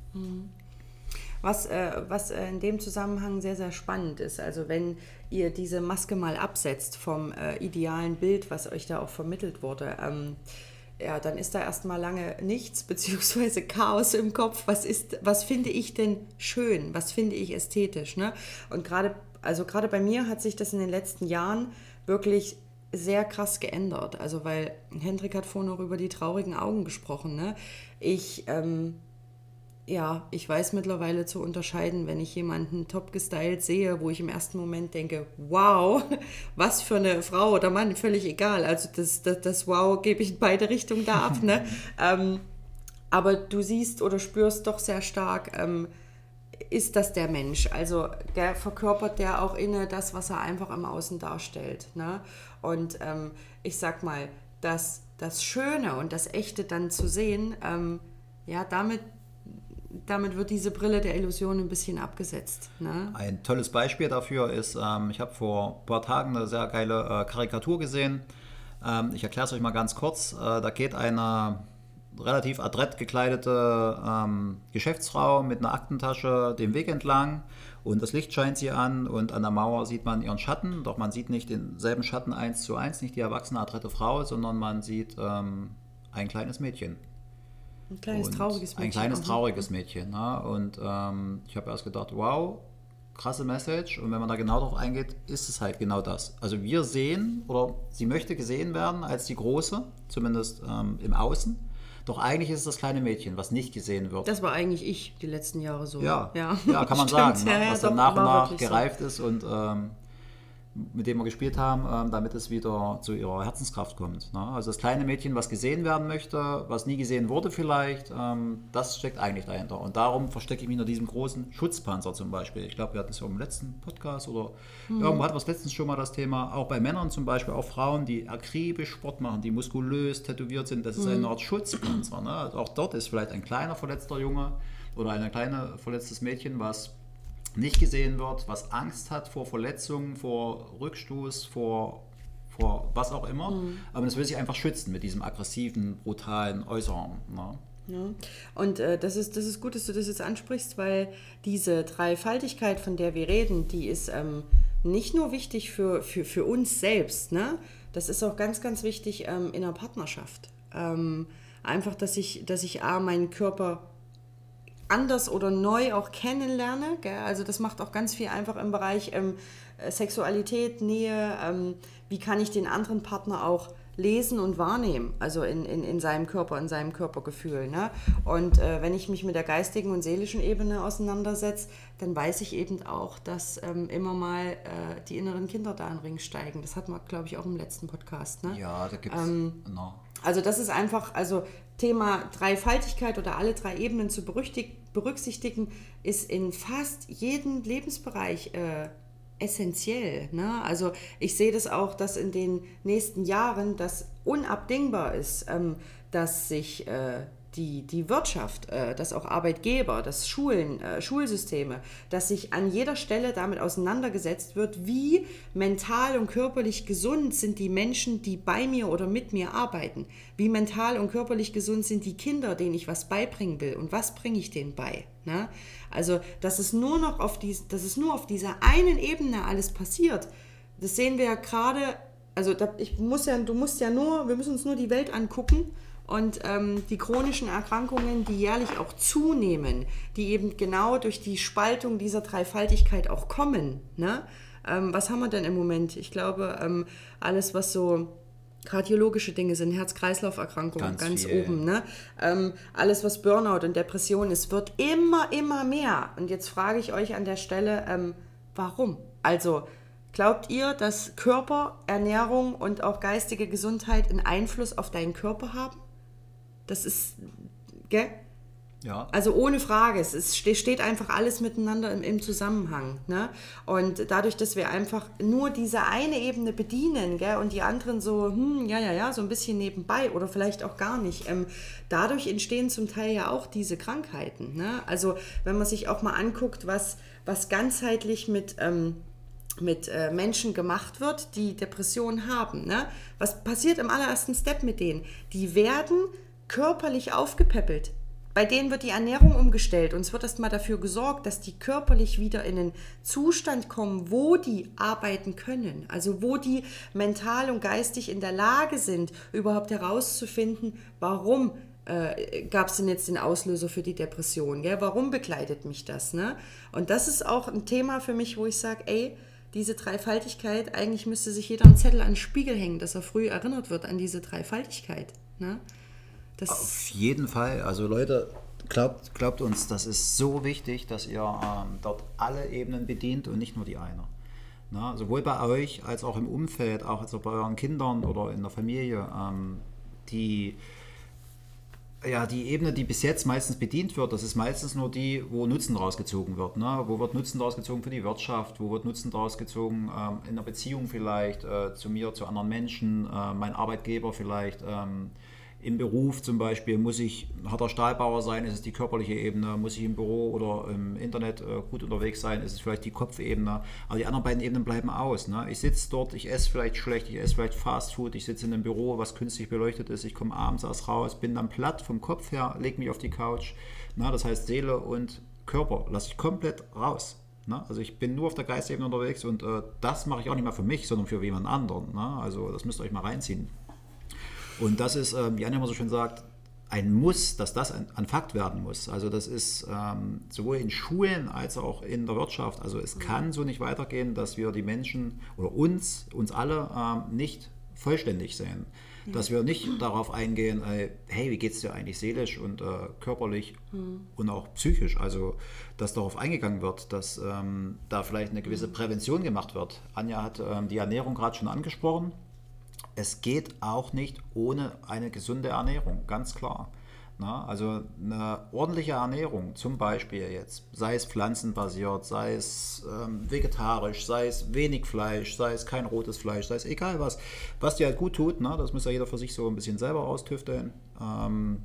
Was, äh, was äh, in dem Zusammenhang sehr, sehr spannend ist, also wenn ihr diese Maske mal absetzt vom äh, idealen Bild, was euch da auch vermittelt wurde, ähm, ja, dann ist da erstmal lange nichts, beziehungsweise Chaos im Kopf. Was ist, was finde ich denn schön? Was finde ich ästhetisch? Ne? Und gerade, also gerade bei mir hat sich das in den letzten Jahren wirklich sehr krass geändert. Also weil Hendrik hat vorhin auch über die traurigen Augen gesprochen. Ne? Ich ähm, Ja, ich weiß mittlerweile zu unterscheiden, wenn ich jemanden top gestylt sehe, wo ich im ersten Moment denke, wow, was für eine Frau oder Mann, völlig egal. Also das, das, das Wow gebe ich in beide Richtungen da ab. Ne? ähm, aber du siehst oder spürst doch sehr stark, ähm, ist das der Mensch? Also der verkörpert der auch inne das, was er einfach im Außen darstellt. Ne? Und ähm, ich sag mal, das, das Schöne und das Echte dann zu sehen, ähm, ja, damit Damit wird diese Brille der Illusion ein bisschen abgesetzt. Ne? Ein tolles Beispiel dafür ist, ähm, ich habe vor ein paar Tagen eine sehr geile äh, Karikatur gesehen. Ähm, ich erkläre es euch mal ganz kurz. Äh, da geht eine relativ adrett gekleidete ähm, Geschäftsfrau mit einer Aktentasche den Weg entlang und das Licht scheint sie an und an der Mauer sieht man ihren Schatten, doch man sieht nicht denselben Schatten eins zu eins, nicht die erwachsene adrette Frau, sondern man sieht ähm, ein kleines Mädchen. Ein kleines und trauriges Mädchen. Ein kleines trauriges Mädchen. Ne? Und ähm, ich habe erst gedacht, wow, krasse Message. Und wenn man da genau drauf eingeht, ist es halt genau das. Also wir sehen, oder sie möchte gesehen werden als die Große, zumindest ähm, im Außen. Doch eigentlich ist es das kleine Mädchen, was nicht gesehen wird. Das war eigentlich ich die letzten Jahre so. Ja, ja. ja kann man Stimmt, sagen. Ne? Ja, was ja, dann doch, nach und nach so. gereift ist und ähm, mit dem wir gespielt haben, ähm, damit es wieder zu ihrer Herzenskraft kommt. Ne? Also das kleine Mädchen, was gesehen werden möchte, was nie gesehen wurde vielleicht, ähm, das steckt eigentlich dahinter. Und darum verstecke ich mich hinter diesem großen Schutzpanzer zum Beispiel. Ich glaube, wir hatten es ja im letzten Podcast oder mhm. irgendwo hatten wir es letztens schon mal das Thema, auch bei Männern zum Beispiel, auch Frauen, die akribisch Sport machen, die muskulös tätowiert sind, das ist eine Art Schutzpanzer. Ne? Also auch dort ist vielleicht ein kleiner verletzter Junge oder ein kleines verletztes Mädchen, was nicht gesehen wird, was Angst hat vor Verletzungen, vor Rückstoß, vor, vor was auch immer. Mhm. Aber das will sich einfach schützen mit diesem aggressiven, brutalen Äußeren. Ne? Ja. Und äh, das ist, das ist gut, dass du das jetzt ansprichst, weil diese Dreifaltigkeit, von der wir reden, die ist ähm, nicht nur wichtig für, für, für uns selbst, ne? Das ist auch ganz, ganz wichtig ähm, in einer Partnerschaft. Ähm, einfach, dass ich, dass ich A, meinen Körper anders oder neu auch kennenlerne. Gell? Also das macht auch ganz viel einfach im Bereich ähm, Sexualität, Nähe. Ähm, wie kann ich den anderen Partner auch lesen und wahrnehmen, also in, in, in seinem Körper, in seinem Körpergefühl. Ne? Und äh, wenn ich mich mit der geistigen und seelischen Ebene auseinandersetze, dann weiß ich eben auch, dass ähm, immer mal äh, die inneren Kinder da in den Ring steigen. Das hatten wir, glaube ich, auch im letzten Podcast. Ne? Ja, da gibt es... Ähm, no. Also das ist einfach, also Thema Dreifaltigkeit oder alle drei Ebenen zu berücksichtigen, ist in fast jedem Lebensbereich äh, essentiell. Ne? Also ich sehe das auch, dass in den nächsten Jahren das unabdingbar ist, ähm, dass sich äh, die, die Wirtschaft, äh, dass auch Arbeitgeber, dass Schulen, äh, Schulsysteme, dass sich an jeder Stelle damit auseinandergesetzt wird, wie mental und körperlich gesund sind die Menschen, die bei mir oder mit mir arbeiten. Wie mental und körperlich gesund sind die Kinder, denen ich was beibringen will und was bringe ich denen bei. Ne? Also, dass es nur noch auf dies, dass es nur auf dieser einen Ebene alles passiert, das sehen wir ja gerade, also da, ich muss ja, du musst ja nur, wir müssen uns nur die Welt angucken und ähm, die chronischen Erkrankungen, die jährlich auch zunehmen, die eben genau durch die Spaltung dieser Dreifaltigkeit auch kommen. Ne? Ähm, was haben wir denn im Moment? Ich glaube, ähm, alles, was so kardiologische Dinge sind, Herz-Kreislauf-Erkrankungen ganz, ganz oben. Ne? Ähm, alles, was Burnout und Depression ist, wird immer, immer mehr. Und jetzt frage ich euch an der Stelle, ähm, warum? Also glaubt ihr, dass Körper, Ernährung und auch geistige Gesundheit einen Einfluss auf deinen Körper haben? Das ist, gell? Ja. Also ohne Frage, es ist, steht einfach alles miteinander im, im Zusammenhang. Ne? Und dadurch, dass wir einfach nur diese eine Ebene bedienen, gell, und die anderen so, hm, ja, ja, ja, so ein bisschen nebenbei oder vielleicht auch gar nicht, ähm, dadurch entstehen zum Teil ja auch diese Krankheiten. Ne? Also wenn man sich auch mal anguckt, was, was ganzheitlich mit... Ähm, mit äh, Menschen gemacht wird, die Depressionen haben. Ne? Was passiert im allerersten Step mit denen? Die werden körperlich aufgepäppelt. Bei denen wird die Ernährung umgestellt und es wird erstmal dafür gesorgt, dass die körperlich wieder in einen Zustand kommen, wo die arbeiten können. Also wo die mental und geistig in der Lage sind, überhaupt herauszufinden, warum äh, gab es denn jetzt den Auslöser für die Depression? Gell? Warum begleitet mich das? Ne? Und das ist auch ein Thema für mich, wo ich sage, ey, diese Dreifaltigkeit, eigentlich müsste sich jeder einen Zettel an den Spiegel hängen, dass er früh erinnert wird an diese Dreifaltigkeit. Ne? Das Auf jeden Fall. Also Leute, glaubt, glaubt uns, das ist so wichtig, dass ihr ähm, dort alle Ebenen bedient und nicht nur die eine. Na, sowohl bei euch als auch im Umfeld, auch also bei euren Kindern oder in der Familie. Ähm, die, ja, die Ebene, die bis jetzt meistens bedient wird, das ist meistens nur die, wo Nutzen daraus gezogen wird. Ne? Wo wird Nutzen daraus gezogen für die Wirtschaft? Wo wird Nutzen daraus gezogen ähm, in einer Beziehung vielleicht äh, zu mir, zu anderen Menschen, äh, mein Arbeitgeber vielleicht, ähm, im Beruf zum Beispiel, muss ich harter Stahlbauer sein, ist es die körperliche Ebene, muss ich im Büro oder im Internet äh, gut unterwegs sein, ist es vielleicht die Kopfebene, aber die anderen beiden Ebenen bleiben aus. Ne? Ich sitze dort, ich esse vielleicht schlecht, ich esse vielleicht Fast Food, ich sitze in einem Büro, was künstlich beleuchtet ist, ich komme abends erst raus, bin dann platt vom Kopf her, lege mich auf die Couch. Na, das heißt, Seele und Körper lasse ich komplett raus. Ne? Also ich bin nur auf der Geistebene unterwegs und äh, das mache ich auch nicht mal für mich, sondern für jemand anderen. Ne? Also das müsst ihr euch mal reinziehen. Und das ist, ähm, wie Anja immer so schön sagt, ein Muss, dass das ein, ein Fakt werden muss. Also das ist ähm, sowohl in Schulen als auch in der Wirtschaft. Also es kann so nicht weitergehen, dass wir die Menschen oder uns, uns alle ähm, nicht vollständig sehen. Ja. Dass wir nicht darauf eingehen, äh, hey, wie geht es dir eigentlich seelisch und äh, körperlich mhm. und auch psychisch. Also, dass darauf eingegangen wird, dass ähm, da vielleicht eine gewisse Prävention gemacht wird. Anja hat ähm, die Ernährung gerade schon angesprochen. Es geht auch nicht ohne eine gesunde Ernährung, ganz klar. Na, also eine ordentliche Ernährung, zum Beispiel jetzt, sei es pflanzenbasiert, sei es ähm, vegetarisch, sei es wenig Fleisch, sei es kein rotes Fleisch, sei es egal was, was dir halt gut tut, ne? Das muss ja jeder für sich so ein bisschen selber austüfteln. Ähm,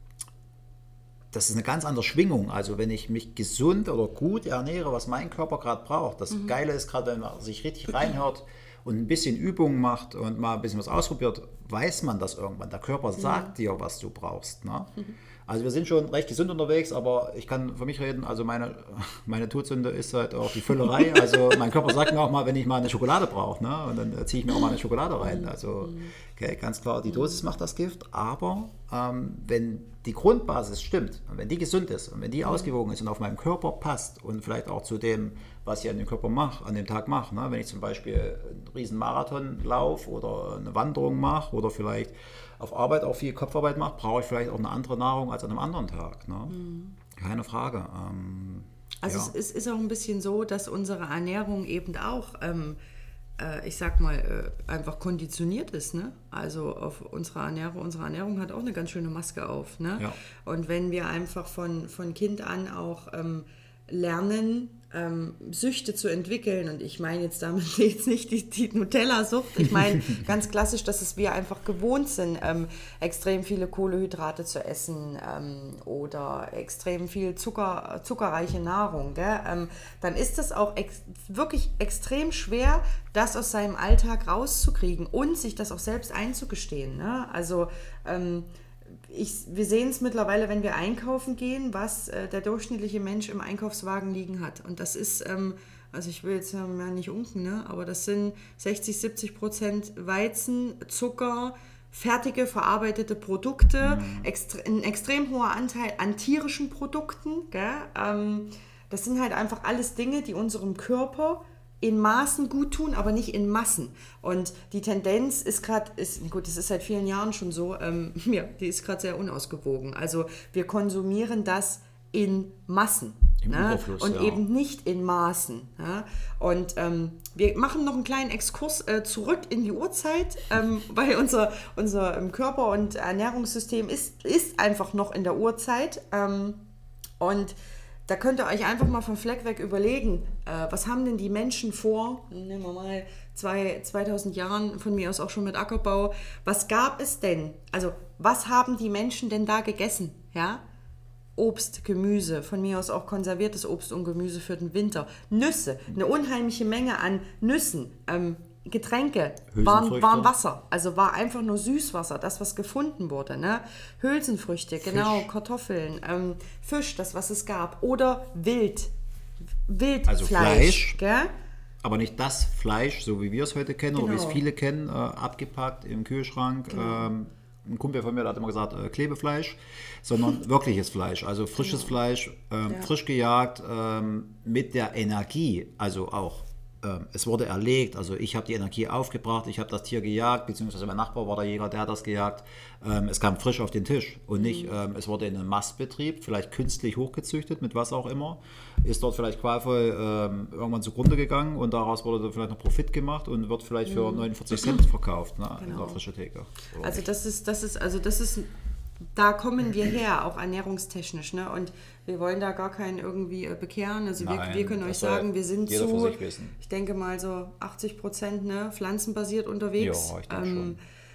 das ist eine ganz andere Schwingung, also wenn ich mich gesund oder gut ernähre, was mein Körper gerade braucht. Das mhm. Geile ist gerade, wenn man sich richtig reinhört und ein bisschen Übungen macht und mal ein bisschen was ausprobiert, weiß man das irgendwann. Der Körper sagt ja. dir, was du brauchst. Ne? Mhm. Also wir sind schon recht gesund unterwegs, aber ich kann für mich reden, also meine, meine Todsünde ist halt auch die Füllerei. Also mein Körper sagt mir auch mal, wenn ich mal eine Schokolade brauche, ne? Und dann ziehe ich mir auch mal eine Schokolade rein. Also okay, ganz klar, die Dosis macht das Gift, aber ähm, wenn die Grundbasis stimmt und wenn die gesund ist und wenn die ausgewogen ist und auf meinem Körper passt und vielleicht auch zu dem, was ich an dem Körper mache, an dem Tag mache, ne? Wenn ich zum Beispiel einen riesen Marathon laufe oder eine Wanderung mache oder vielleicht auf Arbeit auch viel Kopfarbeit mache, brauche ich vielleicht auch eine andere Nahrung als an einem anderen Tag. Ne? Mhm. Keine Frage. Ähm, also ja. es ist, ist auch ein bisschen so, dass unsere Ernährung eben auch, ähm, äh, ich sag mal, äh, einfach konditioniert ist. Ne? Also auf unsere Ernährung, unsere Ernährung hat auch eine ganz schöne Maske auf. Ne? Ja. Und wenn wir einfach von, von Kind an auch ähm, lernen, Ähm, Süchte zu entwickeln, und ich meine jetzt damit jetzt nicht die, die Nutella-Sucht, ich meine ganz klassisch, dass es wir einfach gewohnt sind, ähm, extrem viele Kohlenhydrate zu essen ähm, oder extrem viel Zucker, zuckerreiche Nahrung, gell? Ähm, dann ist es auch ex- wirklich extrem schwer, das aus seinem Alltag rauszukriegen und sich das auch selbst einzugestehen. Ne? Also ähm, Ich, wir sehen es mittlerweile, wenn wir einkaufen gehen, was äh, der durchschnittliche Mensch im Einkaufswagen liegen hat. Und das ist, ähm, also ich will jetzt ja nicht unken, ne? Aber das sind sechzig, siebzig Prozent Weizen, Zucker, fertige, verarbeitete Produkte, mhm. extre- ein extrem hoher Anteil an tierischen Produkten. Gell? Ähm, das sind halt einfach alles Dinge, die unserem Körper in Maßen gut tun, aber nicht in Massen. Und die Tendenz ist gerade, ist, gut, das ist seit vielen Jahren schon so, ähm, ja, die ist gerade sehr unausgewogen. Also wir konsumieren das in Massen. Im Ne? Überfluss, Und ja. eben nicht in Maßen. Ja? Und ähm, wir machen noch einen kleinen Exkurs äh, zurück in die Urzeit, ähm, weil unser, unser ähm, Körper- und Ernährungssystem ist, ist einfach noch in der Urzeit. Ähm, und da könnt ihr euch einfach mal vom Fleck weg überlegen, äh, was haben denn die Menschen vor, nehmen wir mal zwei, zweitausend Jahren, von mir aus auch schon mit Ackerbau, was gab es denn, also was haben die Menschen denn da gegessen, ja? Obst, Gemüse, von mir aus auch konserviertes Obst und Gemüse für den Winter, Nüsse, eine unheimliche Menge an Nüssen, ähm, Getränke, waren, waren Wasser, also war einfach nur Süßwasser, das, was gefunden wurde. Ne? Hülsenfrüchte, Fisch. Genau, Kartoffeln, ähm, Fisch, das, was es gab. Oder Wild, Wildfleisch. Also Fleisch, gell? aber nicht das Fleisch, so wie wir es heute kennen, genau. Oder wie es viele kennen, äh, abgepackt im Kühlschrank. Genau. Ähm, ein Kumpel von mir der hat immer gesagt, äh, Klebefleisch, sondern wirkliches Fleisch, also frisches genau. Fleisch, ähm, ja. frisch gejagt, ähm, mit der Energie, also auch es wurde erlegt, also ich habe die Energie aufgebracht, ich habe das Tier gejagt, beziehungsweise mein Nachbar war der Jäger, der hat das gejagt. Es kam frisch auf den Tisch und nicht, mhm. es wurde in einem Mastbetrieb, vielleicht künstlich hochgezüchtet, mit was auch immer, ist dort vielleicht qualvoll ähm, irgendwann zugrunde gegangen und daraus wurde dann vielleicht noch Profit gemacht und wird vielleicht für mhm. neunundvierzig Cent verkauft, ne, genau. in der frischen Theke. So. Also das ist, das ist, also das ist, da kommen wir her, auch ernährungstechnisch, ne? Und wir wollen da gar keinen irgendwie bekehren. Also Nein, wir, wir können euch sagen, wir sind zu, ich denke mal so achtzig Prozent ne, pflanzenbasiert unterwegs. Ja, ich denke ähm, schon.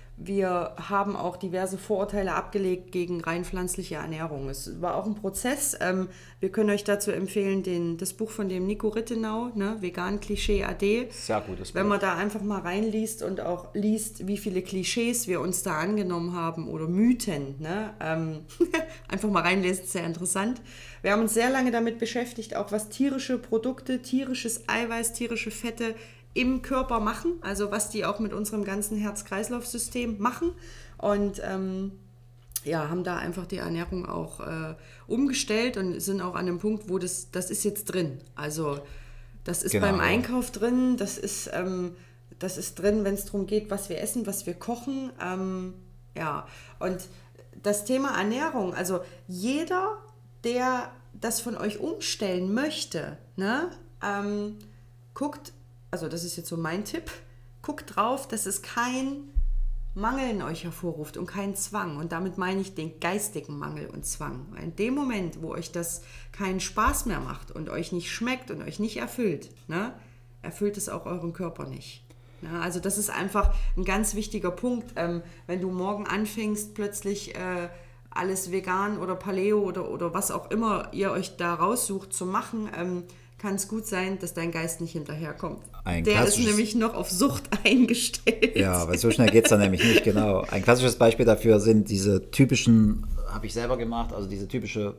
Wir haben auch diverse Vorurteile abgelegt gegen rein pflanzliche Ernährung. Es war auch ein Prozess. Ähm, wir können euch dazu empfehlen, den, das Buch von dem Nico Rittenau, ne, Vegan Klischee A D. Sehr gutes Buch. Wenn man da einfach mal reinliest und auch liest, wie viele Klischees wir uns da angenommen haben oder Mythen. Ne? Ähm, einfach mal reinlesen, sehr interessant. Wir haben uns sehr lange damit beschäftigt, auch was tierische Produkte, tierisches Eiweiß, tierische Fette im Körper machen, also was die auch mit unserem ganzen Herz-Kreislauf-System machen und ähm, ja, haben da einfach die Ernährung auch äh, umgestellt und sind auch an dem Punkt, wo das, das ist jetzt drin, also das ist genau. beim Einkauf drin, das ist, ähm, das ist drin, wenn es darum geht, was wir essen, was wir kochen. Ähm, ja, und das Thema Ernährung, also jeder, der das von euch umstellen möchte, ne, ähm, guckt, also das ist jetzt so mein Tipp, guckt drauf, dass es kein Mangel in euch hervorruft und kein Zwang. Und damit meine ich den geistigen Mangel und Zwang. In dem Moment, wo euch das keinen Spaß mehr macht und euch nicht schmeckt und euch nicht erfüllt, ne, erfüllt es auch euren Körper nicht. Ja, also das ist einfach ein ganz wichtiger Punkt. Ähm, wenn du morgen anfängst, plötzlich äh, alles vegan oder Paleo oder, oder was auch immer ihr euch da raussucht zu machen, ähm, kann es gut sein, dass dein Geist nicht hinterherkommt. Ein Der ist nämlich noch auf Sucht eingestellt. Ja, weil so schnell geht es dann nämlich nicht, genau. Ein klassisches Beispiel dafür sind diese typischen, habe ich selber gemacht, also diese typische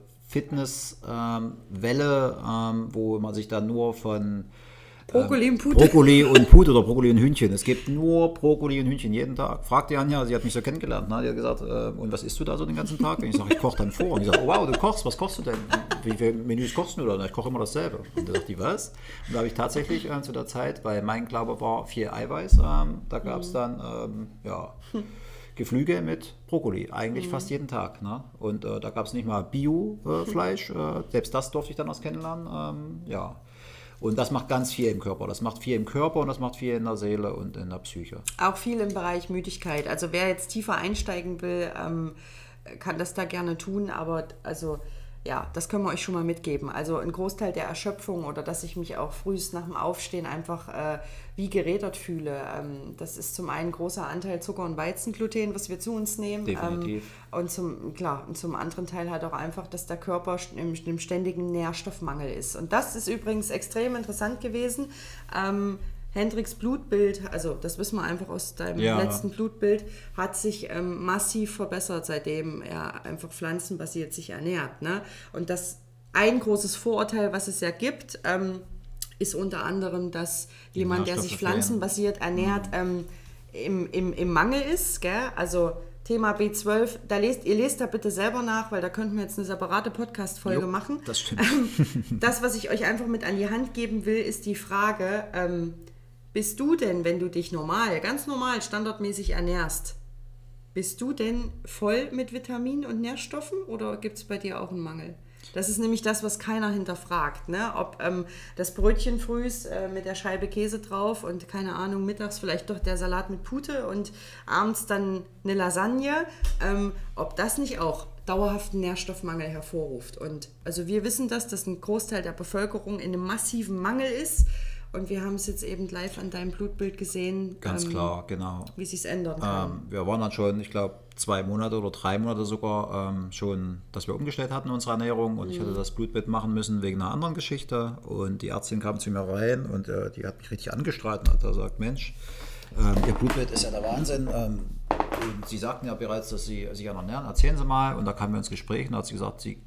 Fitness-Welle, ähm, ähm, wo man sich dann nur von Brokkoli und Pute. Brokkoli und Pute oder Brokkoli und Hühnchen. Es gibt nur Brokkoli und Hühnchen jeden Tag. Fragt die Anja, sie hat mich so kennengelernt. Ne? Die hat gesagt, äh, und was isst du da so den ganzen Tag? Und ich sage, ich koche dann vor. Und ich sage, oh wow, du kochst, was kochst du denn? Wie viele Menüs kochst du da? Ich koche immer dasselbe. Und da sagt die, was? Und da habe ich tatsächlich äh, zu der Zeit, weil mein Glaube war viel Eiweiß, ähm, da gab es dann, ähm, ja... Geflügel mit Brokkoli, eigentlich mhm. fast jeden Tag. Ne? Und äh, da gab es nicht mal Bio-Fleisch, äh, selbst das durfte ich dann erst kennenlernen. Ähm, ja. Und das macht ganz viel im Körper. Das macht viel im Körper und das macht viel in der Seele und in der Psyche. Auch viel im Bereich Müdigkeit. Also wer jetzt tiefer einsteigen will, ähm, kann das da gerne tun, aber also ja, das können wir euch schon mal mitgeben. Also ein Großteil der Erschöpfung oder dass ich mich auch frühest nach dem Aufstehen einfach äh, wie gerädert fühle. Ähm, das ist zum einen großer Anteil Zucker- und Weizengluten, was wir zu uns nehmen. Definitiv. Ähm, und zum, klar, und zum anderen Teil halt auch einfach, dass der Körper im, im ständigen Nährstoffmangel ist. Und das ist übrigens extrem interessant gewesen. Ähm, Hendricks Blutbild, also das wissen wir einfach aus deinem ja. letzten Blutbild, hat sich ähm, massiv verbessert, seitdem er einfach pflanzenbasiert sich ernährt. Ne? Und das ein großes Vorurteil, was es ja gibt, ähm, ist unter anderem, dass Die jemand, der sich pflanzenbasiert ernährt, mhm. ähm, im, im, im Mangel ist. Gell? Also Thema B zwölf, da lest, ihr lest da bitte selber nach, weil da könnten wir jetzt eine separate Podcast-Folge jo, machen. Das stimmt. Das, was ich euch einfach mit an die Hand geben will, ist die Frage, ähm, bist du denn, wenn du dich normal, ganz normal, standardmäßig ernährst, bist du denn voll mit Vitaminen und Nährstoffen oder gibt es bei dir auch einen Mangel? Das ist nämlich das, was keiner hinterfragt. Ne? Ob ähm, das Brötchen frühs äh, mit der Scheibe Käse drauf und keine Ahnung, mittags vielleicht doch der Salat mit Pute und abends dann eine Lasagne, ähm, ob das nicht auch dauerhaften Nährstoffmangel hervorruft. Und also wir wissen das, dass ein Großteil der Bevölkerung in einem massiven Mangel ist. Und wir haben es jetzt eben live an deinem Blutbild gesehen. Ganz ähm, klar, genau. Wie es sich ändern kann. Ähm, wir waren dann schon, ich glaube, zwei Monate oder drei Monate sogar ähm, schon, dass wir umgestellt hatten in unserer Ernährung. Und mhm. ich hatte das Blutbild machen müssen wegen einer anderen Geschichte. Und die Ärztin kam zu mir rein und äh, die hat mich richtig angestrahlt und hat gesagt, Mensch, ähm, Ihr Blutbild ist ja der Wahnsinn. Ähm, und Sie sagten ja bereits, dass Sie sich ernähren. Erzählen Sie mal. Und da kamen wir ins Gespräch und da hat sie gesagt, Sie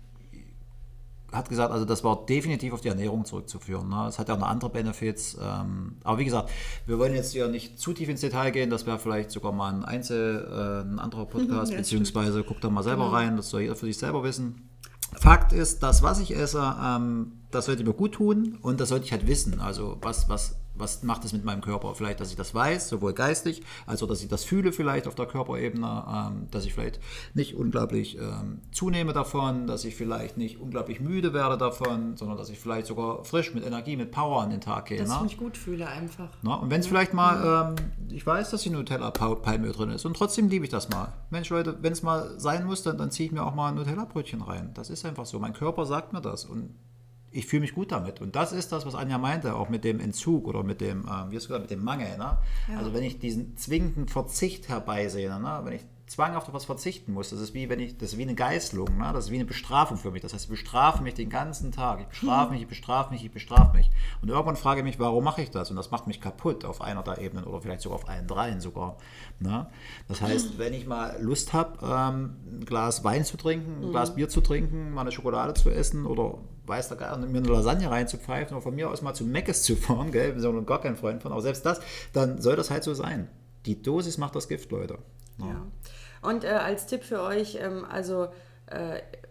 hat gesagt, also das war definitiv auf die Ernährung zurückzuführen. Ne? Es hat ja auch noch andere Benefits. Ähm, aber wie gesagt, wir wollen jetzt hier nicht zu tief ins Detail gehen. Das wäre vielleicht sogar mal ein Einzel, äh, ein anderer Podcast, ja, beziehungsweise guckt da mal selber genau. rein. Das soll jeder für sich selber wissen. Fakt ist, das, was ich esse, ähm, das sollte mir gut tun und das sollte ich halt wissen. Also was, was, was macht es mit meinem Körper? Vielleicht, dass ich das weiß, sowohl geistig, als auch, dass ich das fühle vielleicht auf der Körperebene, ähm, dass ich vielleicht nicht unglaublich ähm, zunehme davon, dass ich vielleicht nicht unglaublich müde werde davon, sondern dass ich vielleicht sogar frisch mit Energie, mit Power an den Tag gehe. Dass ne? ich mich gut fühle einfach. Na, und wenn es ja. vielleicht mal, ähm, ich weiß, dass die Nutella-Palmöl drin ist und trotzdem liebe ich das mal. Mensch Leute, wenn es mal sein muss, dann, dann ziehe ich mir auch mal ein Nutella-Brötchen rein. Das ist einfach so. Mein Körper sagt mir das und ich fühle mich gut damit. Und das ist das, was Anja meinte, auch mit dem Entzug oder mit dem, ähm, wie hast du gesagt, mit dem Mangel. Ne? Ja. Also wenn ich diesen zwingenden Verzicht herbeisehne, ne? Wenn ich zwanghaft auf was verzichten muss, das ist wie wenn ich, das ist wie eine Geißelung, ne? Das ist wie eine Bestrafung für mich. Das heißt, ich bestrafe mich den ganzen Tag. Ich bestrafe mich, ich bestrafe mich, ich bestrafe mich. Und irgendwann frage ich mich, warum mache ich das? Und das macht mich kaputt auf einer der Ebenen oder vielleicht sogar auf allen dreien sogar. Ne? Das heißt, wenn ich mal Lust habe, ähm, ein Glas Wein zu trinken, ein Glas Bier zu trinken, mal eine Schokolade zu essen oder weiß da gar nicht, mir eine Lasagne reinzupfeifen oder von mir aus mal zu Meckes zu fahren, gell, wir sind gar kein Freund von, aber selbst das, dann soll das halt so sein. Die Dosis macht das Gift, Leute. Ja. Ja. Und äh, als Tipp für euch, ähm, also äh,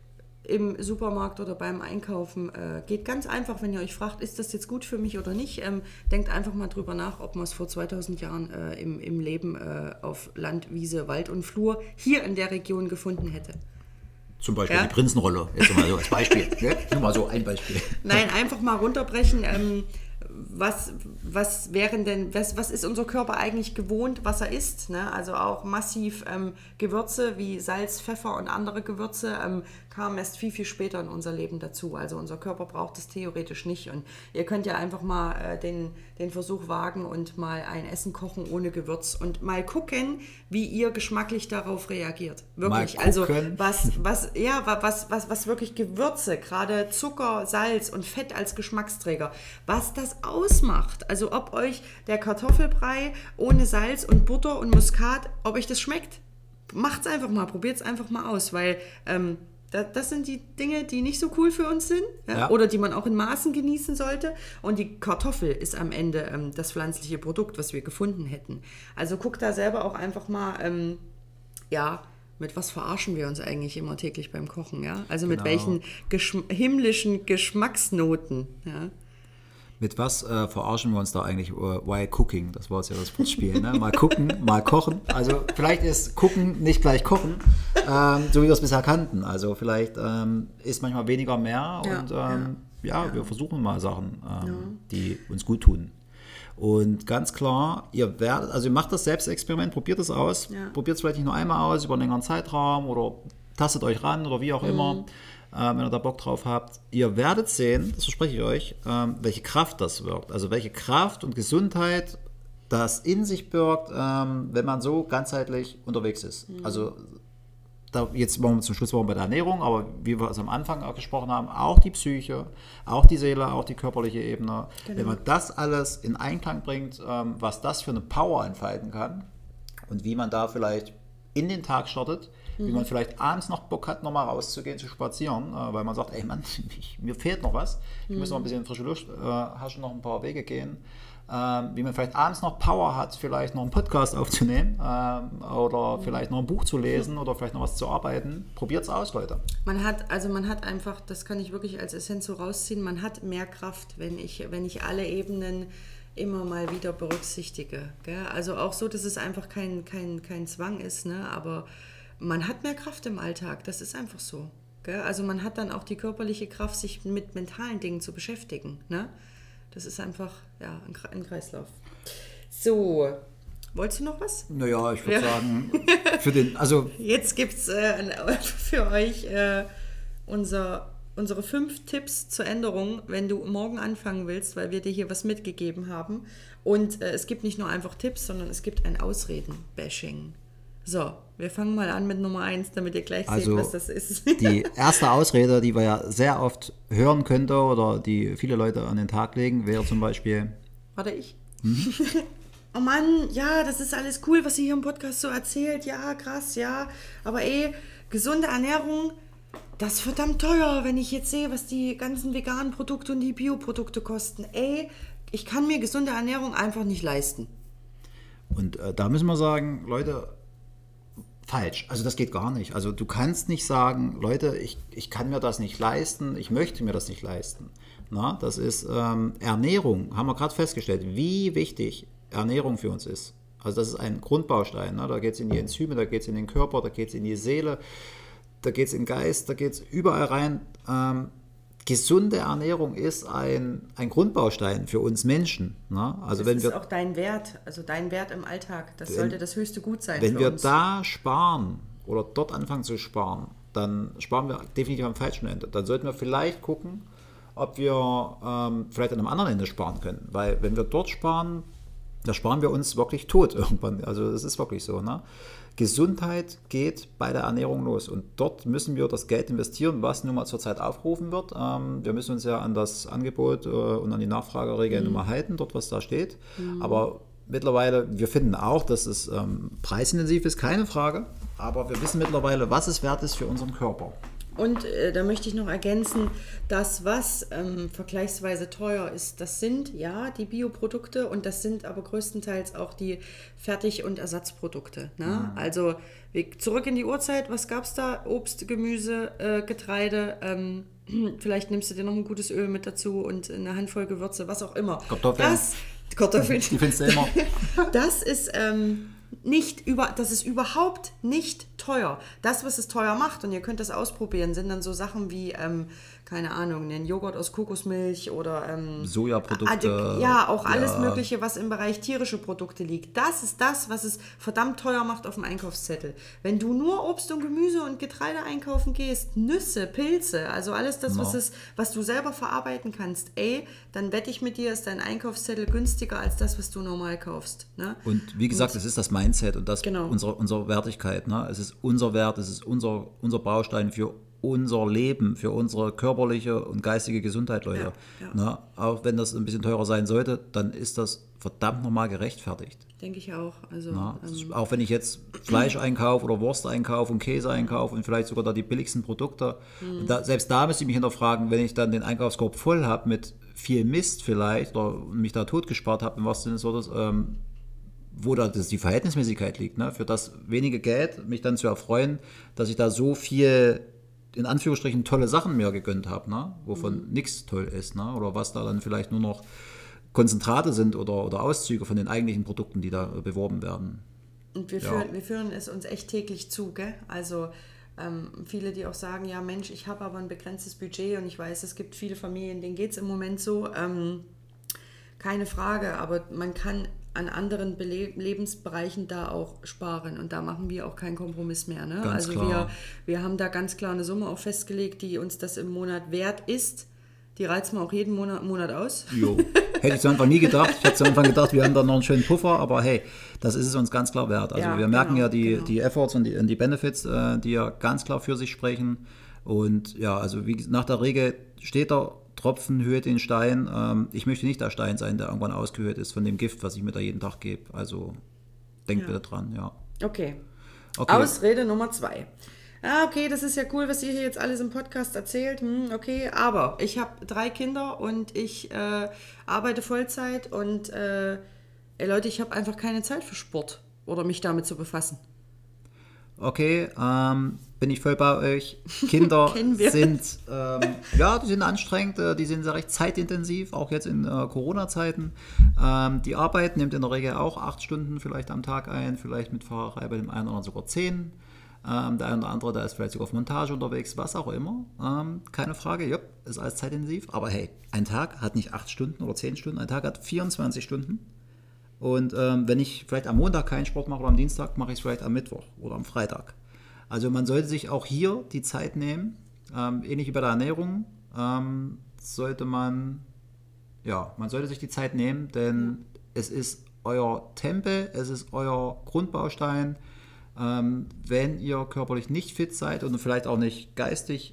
im Supermarkt oder beim Einkaufen. Äh, geht ganz einfach, wenn ihr euch fragt, ist das jetzt gut für mich oder nicht. Ähm, denkt einfach mal drüber nach, ob man es vor zweitausend Jahren äh, im, im Leben äh, auf Land, Wiese, Wald und Flur hier in der Region gefunden hätte. Zum Beispiel Ja? die Prinzenrolle, jetzt mal so als Beispiel. Ne? Nur mal so ein Beispiel. Nein, einfach mal runterbrechen. Ähm, was, was wären denn, was, was ist unser Körper eigentlich gewohnt, was er isst? Ne? Also auch massiv ähm, Gewürze wie Salz, Pfeffer und andere Gewürze ähm, kamen erst viel, viel später in unser Leben dazu. Also unser Körper braucht es theoretisch nicht. Und ihr könnt ja einfach mal äh, den, den Versuch wagen und mal ein Essen kochen ohne Gewürz und mal gucken, wie ihr geschmacklich darauf reagiert. Wirklich. Also was, was, ja, was, was, was wirklich Gewürze, gerade Zucker, Salz und Fett als Geschmacksträger, was das ausmacht. Also ob euch der Kartoffelbrei ohne Salz und Butter und Muskat, ob euch das schmeckt. Macht's einfach mal, probiert's einfach mal aus, weil ähm, das, das sind die Dinge, die nicht so cool für uns sind, ja? Ja. Oder die man auch in Maßen genießen sollte. Und die Kartoffel ist am Ende ähm, das pflanzliche Produkt, was wir gefunden hätten. Also guckt da selber auch einfach mal, ähm, ja, mit was verarschen wir uns eigentlich immer täglich beim Kochen, ja? Also mit Genau. welchen geschm- himmlischen Geschmacksnoten, ja? Mit was äh, verarschen wir uns da eigentlich? Uh, while cooking, das war jetzt ja das Wortspiel. Ne? Mal gucken, mal kochen. Also vielleicht ist gucken nicht gleich kochen, ähm, so wie wir es bisher kannten. Also vielleicht ähm, ist manchmal weniger mehr Ja, und ähm, ja, ja, ja. wir versuchen mal Sachen, ähm, Ja. die uns gut tun. Und ganz klar, ihr werdet, also ihr macht das Selbstexperiment, probiert es aus. Ja. Probiert es vielleicht nicht nur einmal aus, über einen längeren Zeitraum oder tastet euch ran oder wie auch Mhm. immer. Ähm, wenn ihr da Bock drauf habt. Ihr werdet sehen, das verspreche ich euch, ähm, welche Kraft das wirkt. Also welche Kraft und Gesundheit das in sich birgt, ähm, wenn man so ganzheitlich unterwegs ist. Mhm. Also da, jetzt wollen wir zum Schluss bei der Ernährung, aber wie wir es am Anfang auch gesprochen haben, auch die Psyche, auch die Seele, auch die körperliche Ebene. Genau. Wenn man das alles in Einklang bringt, ähm, was das für eine Power entfalten kann und wie man da vielleicht in den Tag startet, wie man vielleicht abends noch Bock hat, nochmal rauszugehen, zu spazieren, äh, weil man sagt, ey Mann, ich, mir fehlt noch was, ich mhm. muss noch ein bisschen frische Luft äh, haschen, noch ein paar Wege gehen. Ähm, wie man vielleicht abends noch Power hat, vielleicht noch einen Podcast aufzunehmen ähm, oder mhm. vielleicht noch ein Buch zu lesen mhm. oder vielleicht noch was zu arbeiten. Probiert's aus, Leute. Man hat, also man hat einfach, das kann ich wirklich als Essenz so rausziehen, man hat mehr Kraft, wenn ich, wenn ich alle Ebenen immer mal wieder berücksichtige. Gell? Also auch so, dass es einfach kein, kein, kein Zwang ist, ne? Aber man hat mehr Kraft im Alltag, das ist einfach so. Gell? Also man hat dann auch die körperliche Kraft, sich mit mentalen Dingen zu beschäftigen. Ne? Das ist einfach ja, ein Kreislauf. So, wolltest du noch was? Naja, ich würde ja. sagen, für den, also jetzt gibt es äh, für euch äh, unser, unsere fünf Tipps zur Änderung, wenn du morgen anfangen willst, weil wir dir hier was mitgegeben haben. Und äh, es gibt nicht nur einfach Tipps, sondern es gibt ein Ausreden-Bashing. So, wir fangen mal an mit Nummer eins, damit ihr gleich also seht, was das ist. Die erste Ausrede, die wir ja sehr oft hören könnte oder die viele Leute an den Tag legen, wäre zum Beispiel... Warte, ich? Mhm. Oh Mann, ja, das ist alles cool, was ihr hier im Podcast so erzählt. Ja, krass, ja. Aber ey, gesunde Ernährung, das ist verdammt teuer, wenn ich jetzt sehe, was die ganzen veganen Produkte und die Bioprodukte kosten. Ey, ich kann mir gesunde Ernährung einfach nicht leisten. Und äh, da müssen wir sagen, Leute... Falsch, also das geht gar nicht. Also du kannst nicht sagen, Leute, ich, ich kann mir das nicht leisten, ich möchte mir das nicht leisten. Na, das ist ähm, Ernährung, haben wir gerade festgestellt, wie wichtig Ernährung für uns ist. Also das ist ein Grundbaustein. Ne? Da geht es in die Enzyme, da geht es in den Körper, da geht es in die Seele, da geht es in den Geist, da geht es überall rein. Ähm, gesunde Ernährung ist ein, ein Grundbaustein für uns Menschen. Ne? Also das wenn ist wir, auch dein Wert, also dein Wert im Alltag. Das wenn, sollte das höchste Gut sein Wenn für wir uns. da sparen oder dort anfangen zu sparen, dann sparen wir definitiv am falschen Ende. Dann sollten wir vielleicht gucken, ob wir ähm, vielleicht an einem anderen Ende sparen können. Weil wenn wir dort sparen, da sparen wir uns wirklich tot irgendwann. Also das ist wirklich so. Ne? Gesundheit geht bei der Ernährung los und dort müssen wir das Geld investieren, was nun mal zurzeit aufgerufen wird. Ähm, wir müssen uns ja an das Angebot äh, und an die Nachfrageregeln mhm. nun mal halten, dort was da steht. Mhm. Aber mittlerweile, wir finden auch, dass es ähm, preisintensiv ist, keine Frage, aber wir wissen mittlerweile, was es wert ist für unseren Körper. Und äh, da möchte ich noch ergänzen, das, was ähm, vergleichsweise teuer ist, das sind ja die Bioprodukte und das sind aber größtenteils auch die Fertig- und Ersatzprodukte. Ne? Mhm. Also wir, zurück in die Urzeit, was gab es da? Obst, Gemüse, äh, Getreide, ähm, vielleicht nimmst du dir noch ein gutes Öl mit dazu und eine Handvoll Gewürze, was auch immer. Kartoffeln. Das, Kartoffeln. Die findest du immer. Das ist... Ähm, Nicht über, das ist überhaupt nicht teuer. Das, was es teuer macht, und ihr könnt das ausprobieren, sind dann so Sachen wie, ähm, keine Ahnung, einen Joghurt aus Kokosmilch oder ähm, Sojaprodukte. Ja, auch alles ja. Mögliche, was im Bereich tierische Produkte liegt. Das ist das, was es verdammt teuer macht auf dem Einkaufszettel. Wenn du nur Obst und Gemüse und Getreide einkaufen gehst, Nüsse, Pilze, also alles das, no. was, es, was du selber verarbeiten kannst, ey, dann wette ich mit dir, ist dein Einkaufszettel günstiger als das, was du normal kaufst. Ne? Und wie gesagt, es ist das Mindset und das genau. unsere, unsere Wertigkeit. Ne? Es ist unser Wert, es ist unser, unser Baustein für unser Leben, für unsere körperliche und geistige Gesundheit, Leute. Ja, ja. Ne? Auch wenn das ein bisschen teurer sein sollte, dann ist das verdammt nochmal gerechtfertigt. Denke ich auch. Also, ähm, auch wenn ich jetzt Fleisch einkaufe oder Wurst einkaufe und Käse einkaufe und vielleicht sogar da die billigsten Produkte, mhm. da, selbst da müsste ich mich hinterfragen, wenn ich dann den Einkaufskorb voll habe mit viel Mist vielleicht oder mich da totgespart habe, im wahrsten Sinne des Wortes, ähm, wo da das die Verhältnismäßigkeit liegt, ne? Für das wenige Geld mich dann zu erfreuen, dass ich da so viel in Anführungsstrichen tolle Sachen mir gegönnt habe, ne? Wovon mhm. nichts toll ist, ne? Oder was da dann vielleicht nur noch Konzentrate sind oder, oder Auszüge von den eigentlichen Produkten, die da beworben werden. Und wir, ja. führen, wir führen es uns echt täglich zu, gell? Also ähm, viele, die auch sagen, ja Mensch, ich habe aber ein begrenztes Budget und ich weiß, es gibt viele Familien, denen geht es im Moment so. Ähm, keine Frage, aber man kann an anderen Bele- Lebensbereichen da auch sparen und da machen wir auch keinen Kompromiss mehr. Ne? Ganz also klar. Wir, wir haben da ganz klar eine Summe auch festgelegt, die uns das im Monat wert ist. Die reizen wir auch jeden Monat, Monat aus. Jo. Hätte ich zu Anfang nie gedacht. Ich hätte zu Anfang gedacht, wir haben da noch einen schönen Puffer, aber hey, das ist es uns ganz klar wert. Also ja, wir merken genau, ja die, genau. die Efforts und die, die Benefits, äh, die ja ganz klar für sich sprechen. Und ja, also wie nach der Regel steht der Tropfen höht den Stein. Ähm, ich möchte nicht der Stein sein, der irgendwann ausgehöhlt ist von dem Gift, was ich mir da jeden Tag gebe. Also denkt ja. bitte dran, ja. Okay. okay. Ausrede Nummer zwei. Ah, okay, das ist ja cool, was ihr hier jetzt alles im Podcast erzählt. Hm, okay, aber ich habe drei Kinder und ich äh, arbeite Vollzeit und äh, ey Leute, ich habe einfach keine Zeit für Sport oder mich damit zu befassen. Okay, ähm, bin ich voll bei euch. Kinder sind, ähm, ja, die sind anstrengend, die sind sehr recht zeitintensiv, auch jetzt in äh, Corona-Zeiten. Ähm, die Arbeit nimmt in der Regel auch acht Stunden vielleicht am Tag ein, vielleicht mit Fahrerei bei dem einen oder anderen sogar zehn. Ähm, der eine oder andere, der ist vielleicht sogar auf Montage unterwegs, was auch immer. Ähm, keine Frage, ja, ist alles zeitintensiv. Aber hey, ein Tag hat nicht acht Stunden oder zehn Stunden, ein Tag hat vierundzwanzig Stunden. Und ähm, wenn ich vielleicht am Montag keinen Sport mache oder am Dienstag, mache ich es vielleicht am Mittwoch oder am Freitag. Also man sollte sich auch hier die Zeit nehmen, ähm, ähnlich wie bei der Ernährung, ähm, sollte man, ja, man sollte sich die Zeit nehmen, denn ja. es ist euer Tempel, es ist euer Grundbaustein. Ähm, wenn ihr körperlich nicht fit seid und vielleicht auch nicht geistig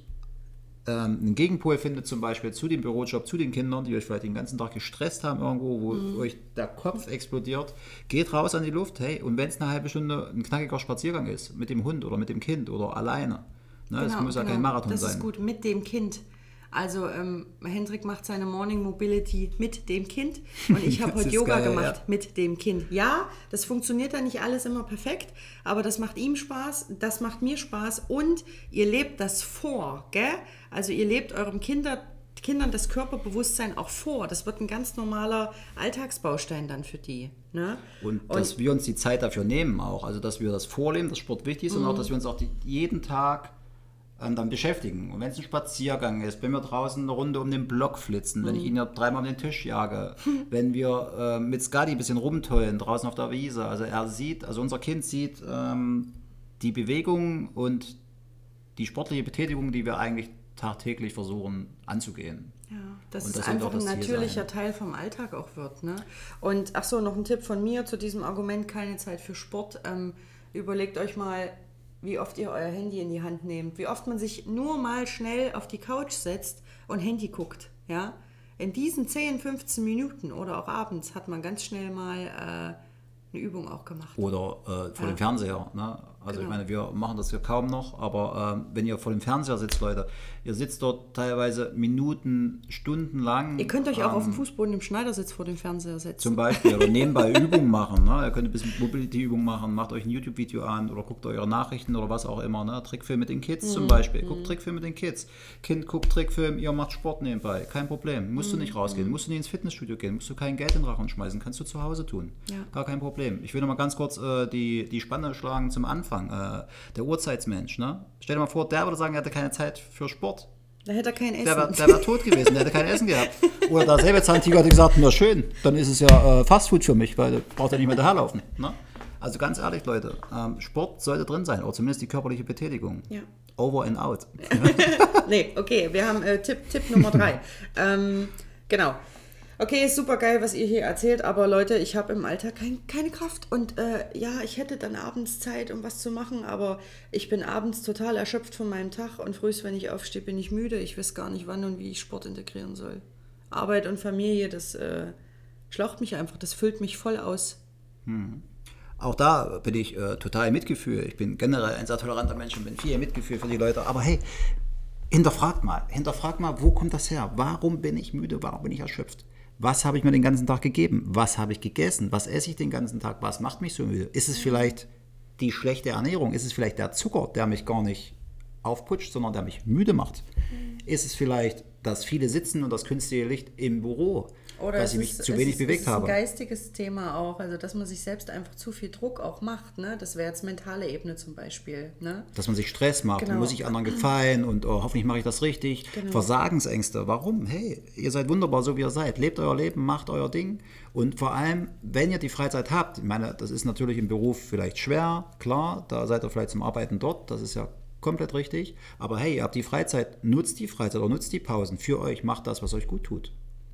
ähm, einen Gegenpol findet, zum Beispiel zu dem Bürojob, zu den Kindern, die euch vielleicht den ganzen Tag gestresst haben irgendwo, wo mhm. euch der Kopf explodiert, geht raus an die Luft, hey, und wenn es eine halbe Stunde ein knackiger Spaziergang ist, mit dem Hund oder mit dem Kind oder alleine, ne, genau, das muss ja genau. kein Marathon das sein. Das ist gut, mit dem Kind. Also ähm, Hendrik macht seine Morning Mobility mit dem Kind und ich habe heute Yoga geil, gemacht ja. mit dem Kind. Ja, das funktioniert ja nicht alles immer perfekt, aber das macht ihm Spaß, das macht mir Spaß und ihr lebt das vor, gell? Also ihr lebt eurem Kinder, Kindern das Körperbewusstsein auch vor. Das wird ein ganz normaler Alltagsbaustein dann für die. Ne? Und, und dass wir uns die Zeit dafür nehmen auch, also dass wir das vorleben, dass Sport wichtig ist mhm. und auch, dass wir uns auch die, jeden Tag dann beschäftigen. Und wenn es ein Spaziergang ist, wenn wir draußen eine Runde um den Block flitzen, mhm. wenn ich ihn ja dreimal um den Tisch jage, wenn wir äh, mit Skadi ein bisschen rumtollen, draußen auf der Wiese, also er sieht, also unser Kind sieht ähm, die Bewegung und die sportliche Betätigung, die wir eigentlich tagtäglich versuchen anzugehen. Ja, dass es einfach ein natürlicher Teil vom Alltag auch wird. Ne? Und ach so, noch ein Tipp von mir zu diesem Argument, keine Zeit für Sport. Ähm, überlegt euch mal, wie oft ihr euer Handy in die Hand nehmt, wie oft man sich nur mal schnell auf die Couch setzt und Handy guckt. Ja? In diesen zehn, fünfzehn Minuten oder auch abends hat man ganz schnell mal äh, eine Übung auch gemacht. Oder äh, vor ja. dem Fernseher. Ne? Also Genau. ich meine, wir machen das ja kaum noch, aber ähm, wenn ihr vor dem Fernseher sitzt, Leute, ihr sitzt dort teilweise Minuten, Stunden lang. Ihr könnt euch auch ähm, auf dem Fußboden im Schneidersitz vor dem Fernseher setzen. Zum Beispiel oder nebenbei Übungen machen. Ne? Ihr könnt ein bisschen Mobility-Übungen machen, macht euch ein YouTube-Video an oder guckt eure Nachrichten oder was auch immer. Ne? Trickfilm mit den Kids mhm. zum Beispiel. Guckt mhm. Trickfilm mit den Kids. Kind guckt Trickfilm, ihr macht Sport nebenbei. Kein Problem. Musst mhm. du nicht rausgehen. Musst du nicht ins Fitnessstudio gehen. Musst du kein Geld in den Rachen schmeißen. Kannst du zu Hause tun. Ja. Gar kein Problem. Ich will noch mal ganz kurz äh, die, die Spanne schlagen zum Anfang. Äh, der Urzeitsmensch. Ne? Stell dir mal vor, der würde sagen, er hatte keine Zeit für Sport. Da hätte er kein Essen. Der wäre wär tot gewesen, der hätte kein Essen gehabt. Oder der Säbelzahntiger hätte gesagt, na schön, dann ist es ja äh, Fastfood für mich, weil der braucht ja nicht mehr daherlaufen. Ne? Also ganz ehrlich, Leute, ähm, Sport sollte drin sein, oder zumindest die körperliche Betätigung. Ja. Over and out. Nee, okay, wir haben äh, Tipp, Tipp Nummer drei. ähm, genau. Okay, ist super geil, was ihr hier erzählt, aber Leute, ich habe im Alltag kein, keine Kraft und äh, ja, ich hätte dann abends Zeit, um was zu machen, aber ich bin abends total erschöpft von meinem Tag und frühst, wenn ich aufstehe, bin ich müde. Ich weiß gar nicht, wann und wie ich Sport integrieren soll. Arbeit und Familie, das äh, schlaucht mich einfach, das füllt mich voll aus. Hm. Auch da bin ich äh, total Mitgefühl. Ich bin generell ein sehr toleranter Mensch und bin viel Mitgefühl für die Leute, aber hey, hinterfragt mal, hinterfragt mal, wo kommt das her? Warum bin ich müde? Warum bin ich erschöpft? Was habe ich mir den ganzen Tag gegeben? Was habe ich gegessen? Was esse ich den ganzen Tag? Was macht mich so müde? Ist es vielleicht die schlechte Ernährung? Ist es vielleicht der Zucker, der mich gar nicht aufputscht, sondern der mich müde macht? Ist es vielleicht das viele Sitzen und das künstliche Licht im Büro, oder dass ich mich ist, zu wenig ist, bewegt habe? Das ist ein geistiges Thema auch, also dass man sich selbst einfach zu viel Druck auch macht. Ne? Das wäre jetzt mentale Ebene zum Beispiel. Ne? Dass man sich Stress macht, genau. Muss ich anderen gefallen und oh, hoffentlich mache ich das richtig. Genau. Versagensängste, warum? Hey, ihr seid wunderbar, so wie ihr seid. Lebt euer Leben, macht euer Ding. Und vor allem, wenn ihr die Freizeit habt, ich meine, das ist natürlich im Beruf vielleicht schwer, klar, da seid ihr vielleicht zum Arbeiten dort, das ist ja komplett richtig. Aber hey, ihr habt die Freizeit, nutzt die Freizeit oder nutzt die Pausen für euch, macht das, was euch gut tut.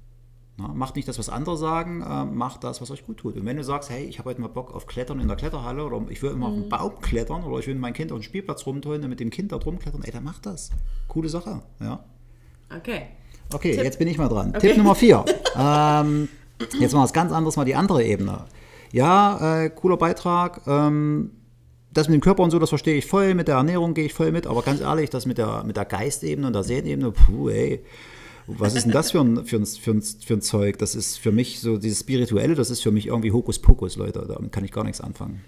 Na, macht nicht das, was andere sagen, äh, macht das, was euch gut tut. Und wenn du sagst, hey, ich habe heute mal Bock auf Klettern in der Kletterhalle oder ich will immer mhm. auf den Baum klettern oder ich will mein Kind auf den Spielplatz rumtollen und mit dem Kind da drum klettern, ey, dann macht das. Coole Sache, ja. Okay. Okay, Tipp. Jetzt bin ich mal dran. Okay. Tipp Nummer vier. ähm, jetzt mal was ganz anderes, mal die andere Ebene. Ja, äh, cooler Beitrag. Ähm, das mit dem Körper und so, das verstehe ich voll. Mit der Ernährung gehe ich voll mit. Aber ganz ehrlich, das mit der, mit der Geistebene und der Seelenebene, puh, ey. Was ist denn das für ein, für, ein, für, ein, für ein Zeug? Das ist für mich so, dieses Spirituelle, das ist für mich irgendwie Hokuspokus, Leute. Damit kann ich gar nichts anfangen.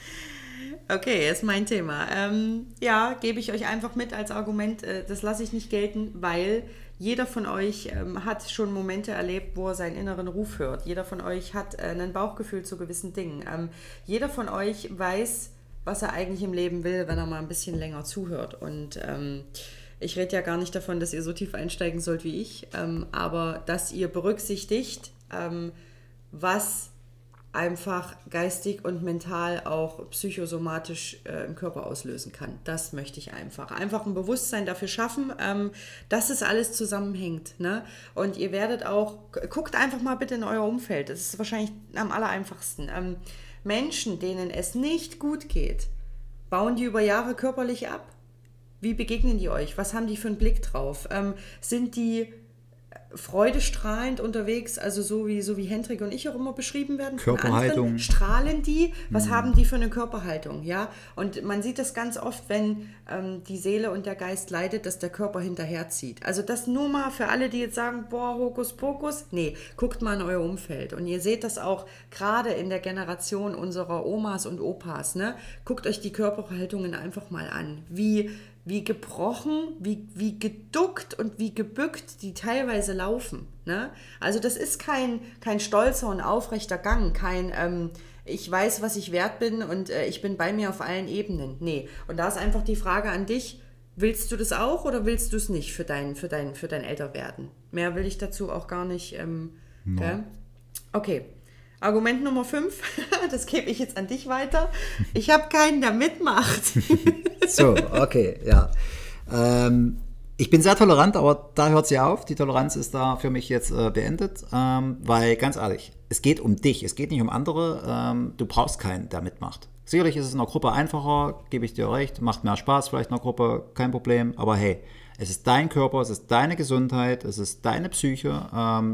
Okay, ist mein Thema. Ähm, ja, gebe ich euch einfach mit als Argument, äh, das lasse ich nicht gelten, weil jeder von euch ähm, hat schon Momente erlebt, wo er seinen inneren Ruf hört. Jeder von euch hat äh, ein Bauchgefühl zu gewissen Dingen. Ähm, jeder von euch weiß, was er eigentlich im Leben will, wenn er mal ein bisschen länger zuhört. Und ähm, ich rede ja gar nicht davon, dass ihr so tief einsteigen sollt wie ich, ähm, aber dass ihr berücksichtigt, ähm, was einfach geistig und mental auch psychosomatisch äh, im Körper auslösen kann. Das möchte ich einfach. Einfach ein Bewusstsein dafür schaffen, ähm, dass es alles zusammenhängt. Ne? Und ihr werdet auch, guckt einfach mal bitte in euer Umfeld, das ist wahrscheinlich am aller einfachsten. Ähm, Menschen, denen es nicht gut geht, bauen die über Jahre körperlich ab? Wie begegnen die euch? Was haben die für einen Blick drauf? Ähm, sind die freudestrahlend unterwegs, also so wie, so wie Hendrik und ich auch immer beschrieben werden? Körperhaltung. Strahlen die? Was mhm. haben die für eine Körperhaltung? Ja? Und man sieht das ganz oft, wenn ähm, die Seele und der Geist leidet, dass der Körper hinterherzieht. Also das nur mal für alle, die jetzt sagen, boah, Hokuspokus. Nee, guckt mal in euer Umfeld. Und ihr seht das auch gerade in der Generation unserer Omas und Opas. Ne? Guckt euch die Körperhaltungen einfach mal an. Wie wie gebrochen, wie, wie geduckt und wie gebückt die teilweise laufen. Ne? Also das ist kein, kein stolzer und aufrechter Gang, kein ähm, ich weiß, was ich wert bin und äh, ich bin bei mir auf allen Ebenen. Nee, und da ist einfach die Frage an dich, willst du das auch oder willst du es nicht für dein, für dein, für dein Älterwerden? Mehr will ich dazu auch gar nicht. Ähm, no. Gell? Okay. Argument Nummer fünf, das gebe ich jetzt an dich weiter. Ich habe keinen, der mitmacht. So, okay, ja. Ähm, ich bin sehr tolerant, aber da hört sie auf. Die Toleranz ist da für mich jetzt äh, beendet, ähm, weil ganz ehrlich, es geht um dich, es geht nicht um andere. Ähm, du brauchst keinen, der mitmacht. Sicherlich ist es in einer Gruppe einfacher, gebe ich dir recht, macht mehr Spaß vielleicht in einer Gruppe, kein Problem. Aber hey, es ist dein Körper, es ist deine Gesundheit, es ist deine Psyche. Ähm,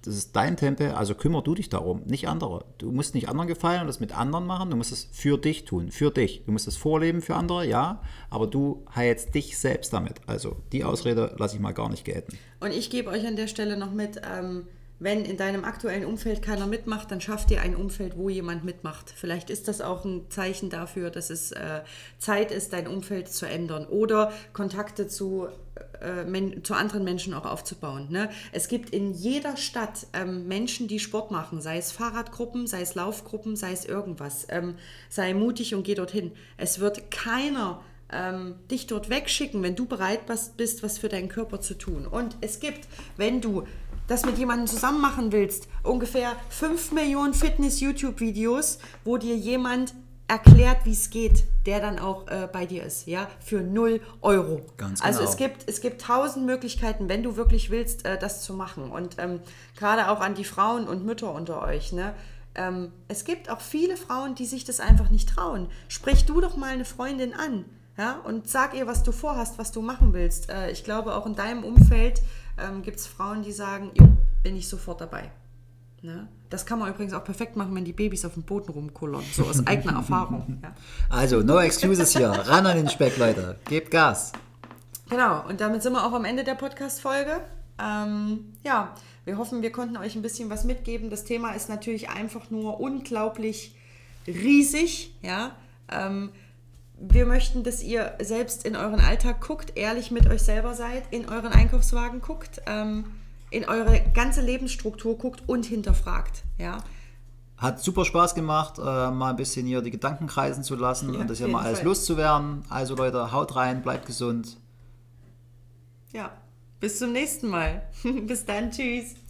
das ist dein Tempel, also kümmer du dich darum, nicht andere. Du musst nicht anderen gefallen und das mit anderen machen, du musst es für dich tun, für dich. Du musst es vorleben für andere, ja, aber du heilst dich selbst damit. Also die Ausrede lasse ich mal gar nicht gelten. Und ich gebe euch an der Stelle noch mit, ähm, wenn in deinem aktuellen Umfeld keiner mitmacht, dann schafft ihr ein Umfeld, wo jemand mitmacht. Vielleicht ist das auch ein Zeichen dafür, dass es äh, Zeit ist, dein Umfeld zu ändern oder Kontakte zu, äh, men- zu anderen Menschen auch aufzubauen. Ne? Es gibt in jeder Stadt ähm, Menschen, die Sport machen, sei es Fahrradgruppen, sei es Laufgruppen, sei es irgendwas. Ähm, sei mutig und geh dorthin. Es wird keiner Ähm, dich dort wegschicken, wenn du bereit bist, was für deinen Körper zu tun. Und es gibt, wenn du das mit jemandem zusammen machen willst, ungefähr fünf Millionen Fitness-YouTube-Videos, wo dir jemand erklärt, wie es geht, der dann auch äh, bei dir ist, ja, für null Euro. Ganz also genau. es gibt, es gibt tausend Möglichkeiten, wenn du wirklich willst, äh, das zu machen. Und ähm, gerade auch an die Frauen und Mütter unter euch, ne? Ähm, es gibt auch viele Frauen, die sich das einfach nicht trauen. Sprich du doch mal eine Freundin an. Ja, und sag ihr, was du vorhast, was du machen willst. Äh, ich glaube, auch in deinem Umfeld ähm, gibt es Frauen, die sagen, jo, bin ich sofort dabei. Ne? Das kann man übrigens auch perfekt machen, wenn die Babys auf dem Boden rumkullern, so aus eigener Erfahrung. Ja. Also, no excuses hier. Ran an den Speck, Leute. Gebt Gas. Genau, und damit sind wir auch am Ende der Podcast-Folge. Ähm, ja, wir hoffen, wir konnten euch ein bisschen was mitgeben. Das Thema ist natürlich einfach nur unglaublich riesig, ja, ähm, wir möchten, dass ihr selbst in euren Alltag guckt, ehrlich mit euch selber seid, in euren Einkaufswagen guckt, ähm, in eure ganze Lebensstruktur guckt und hinterfragt. Ja? Hat super Spaß gemacht, äh, mal ein bisschen hier die Gedanken kreisen zu lassen Ja, und das hier auf mal jeden alles Fall. loszuwerden. Also Leute, haut rein, bleibt gesund. Ja, bis zum nächsten Mal. Bis dann, tschüss.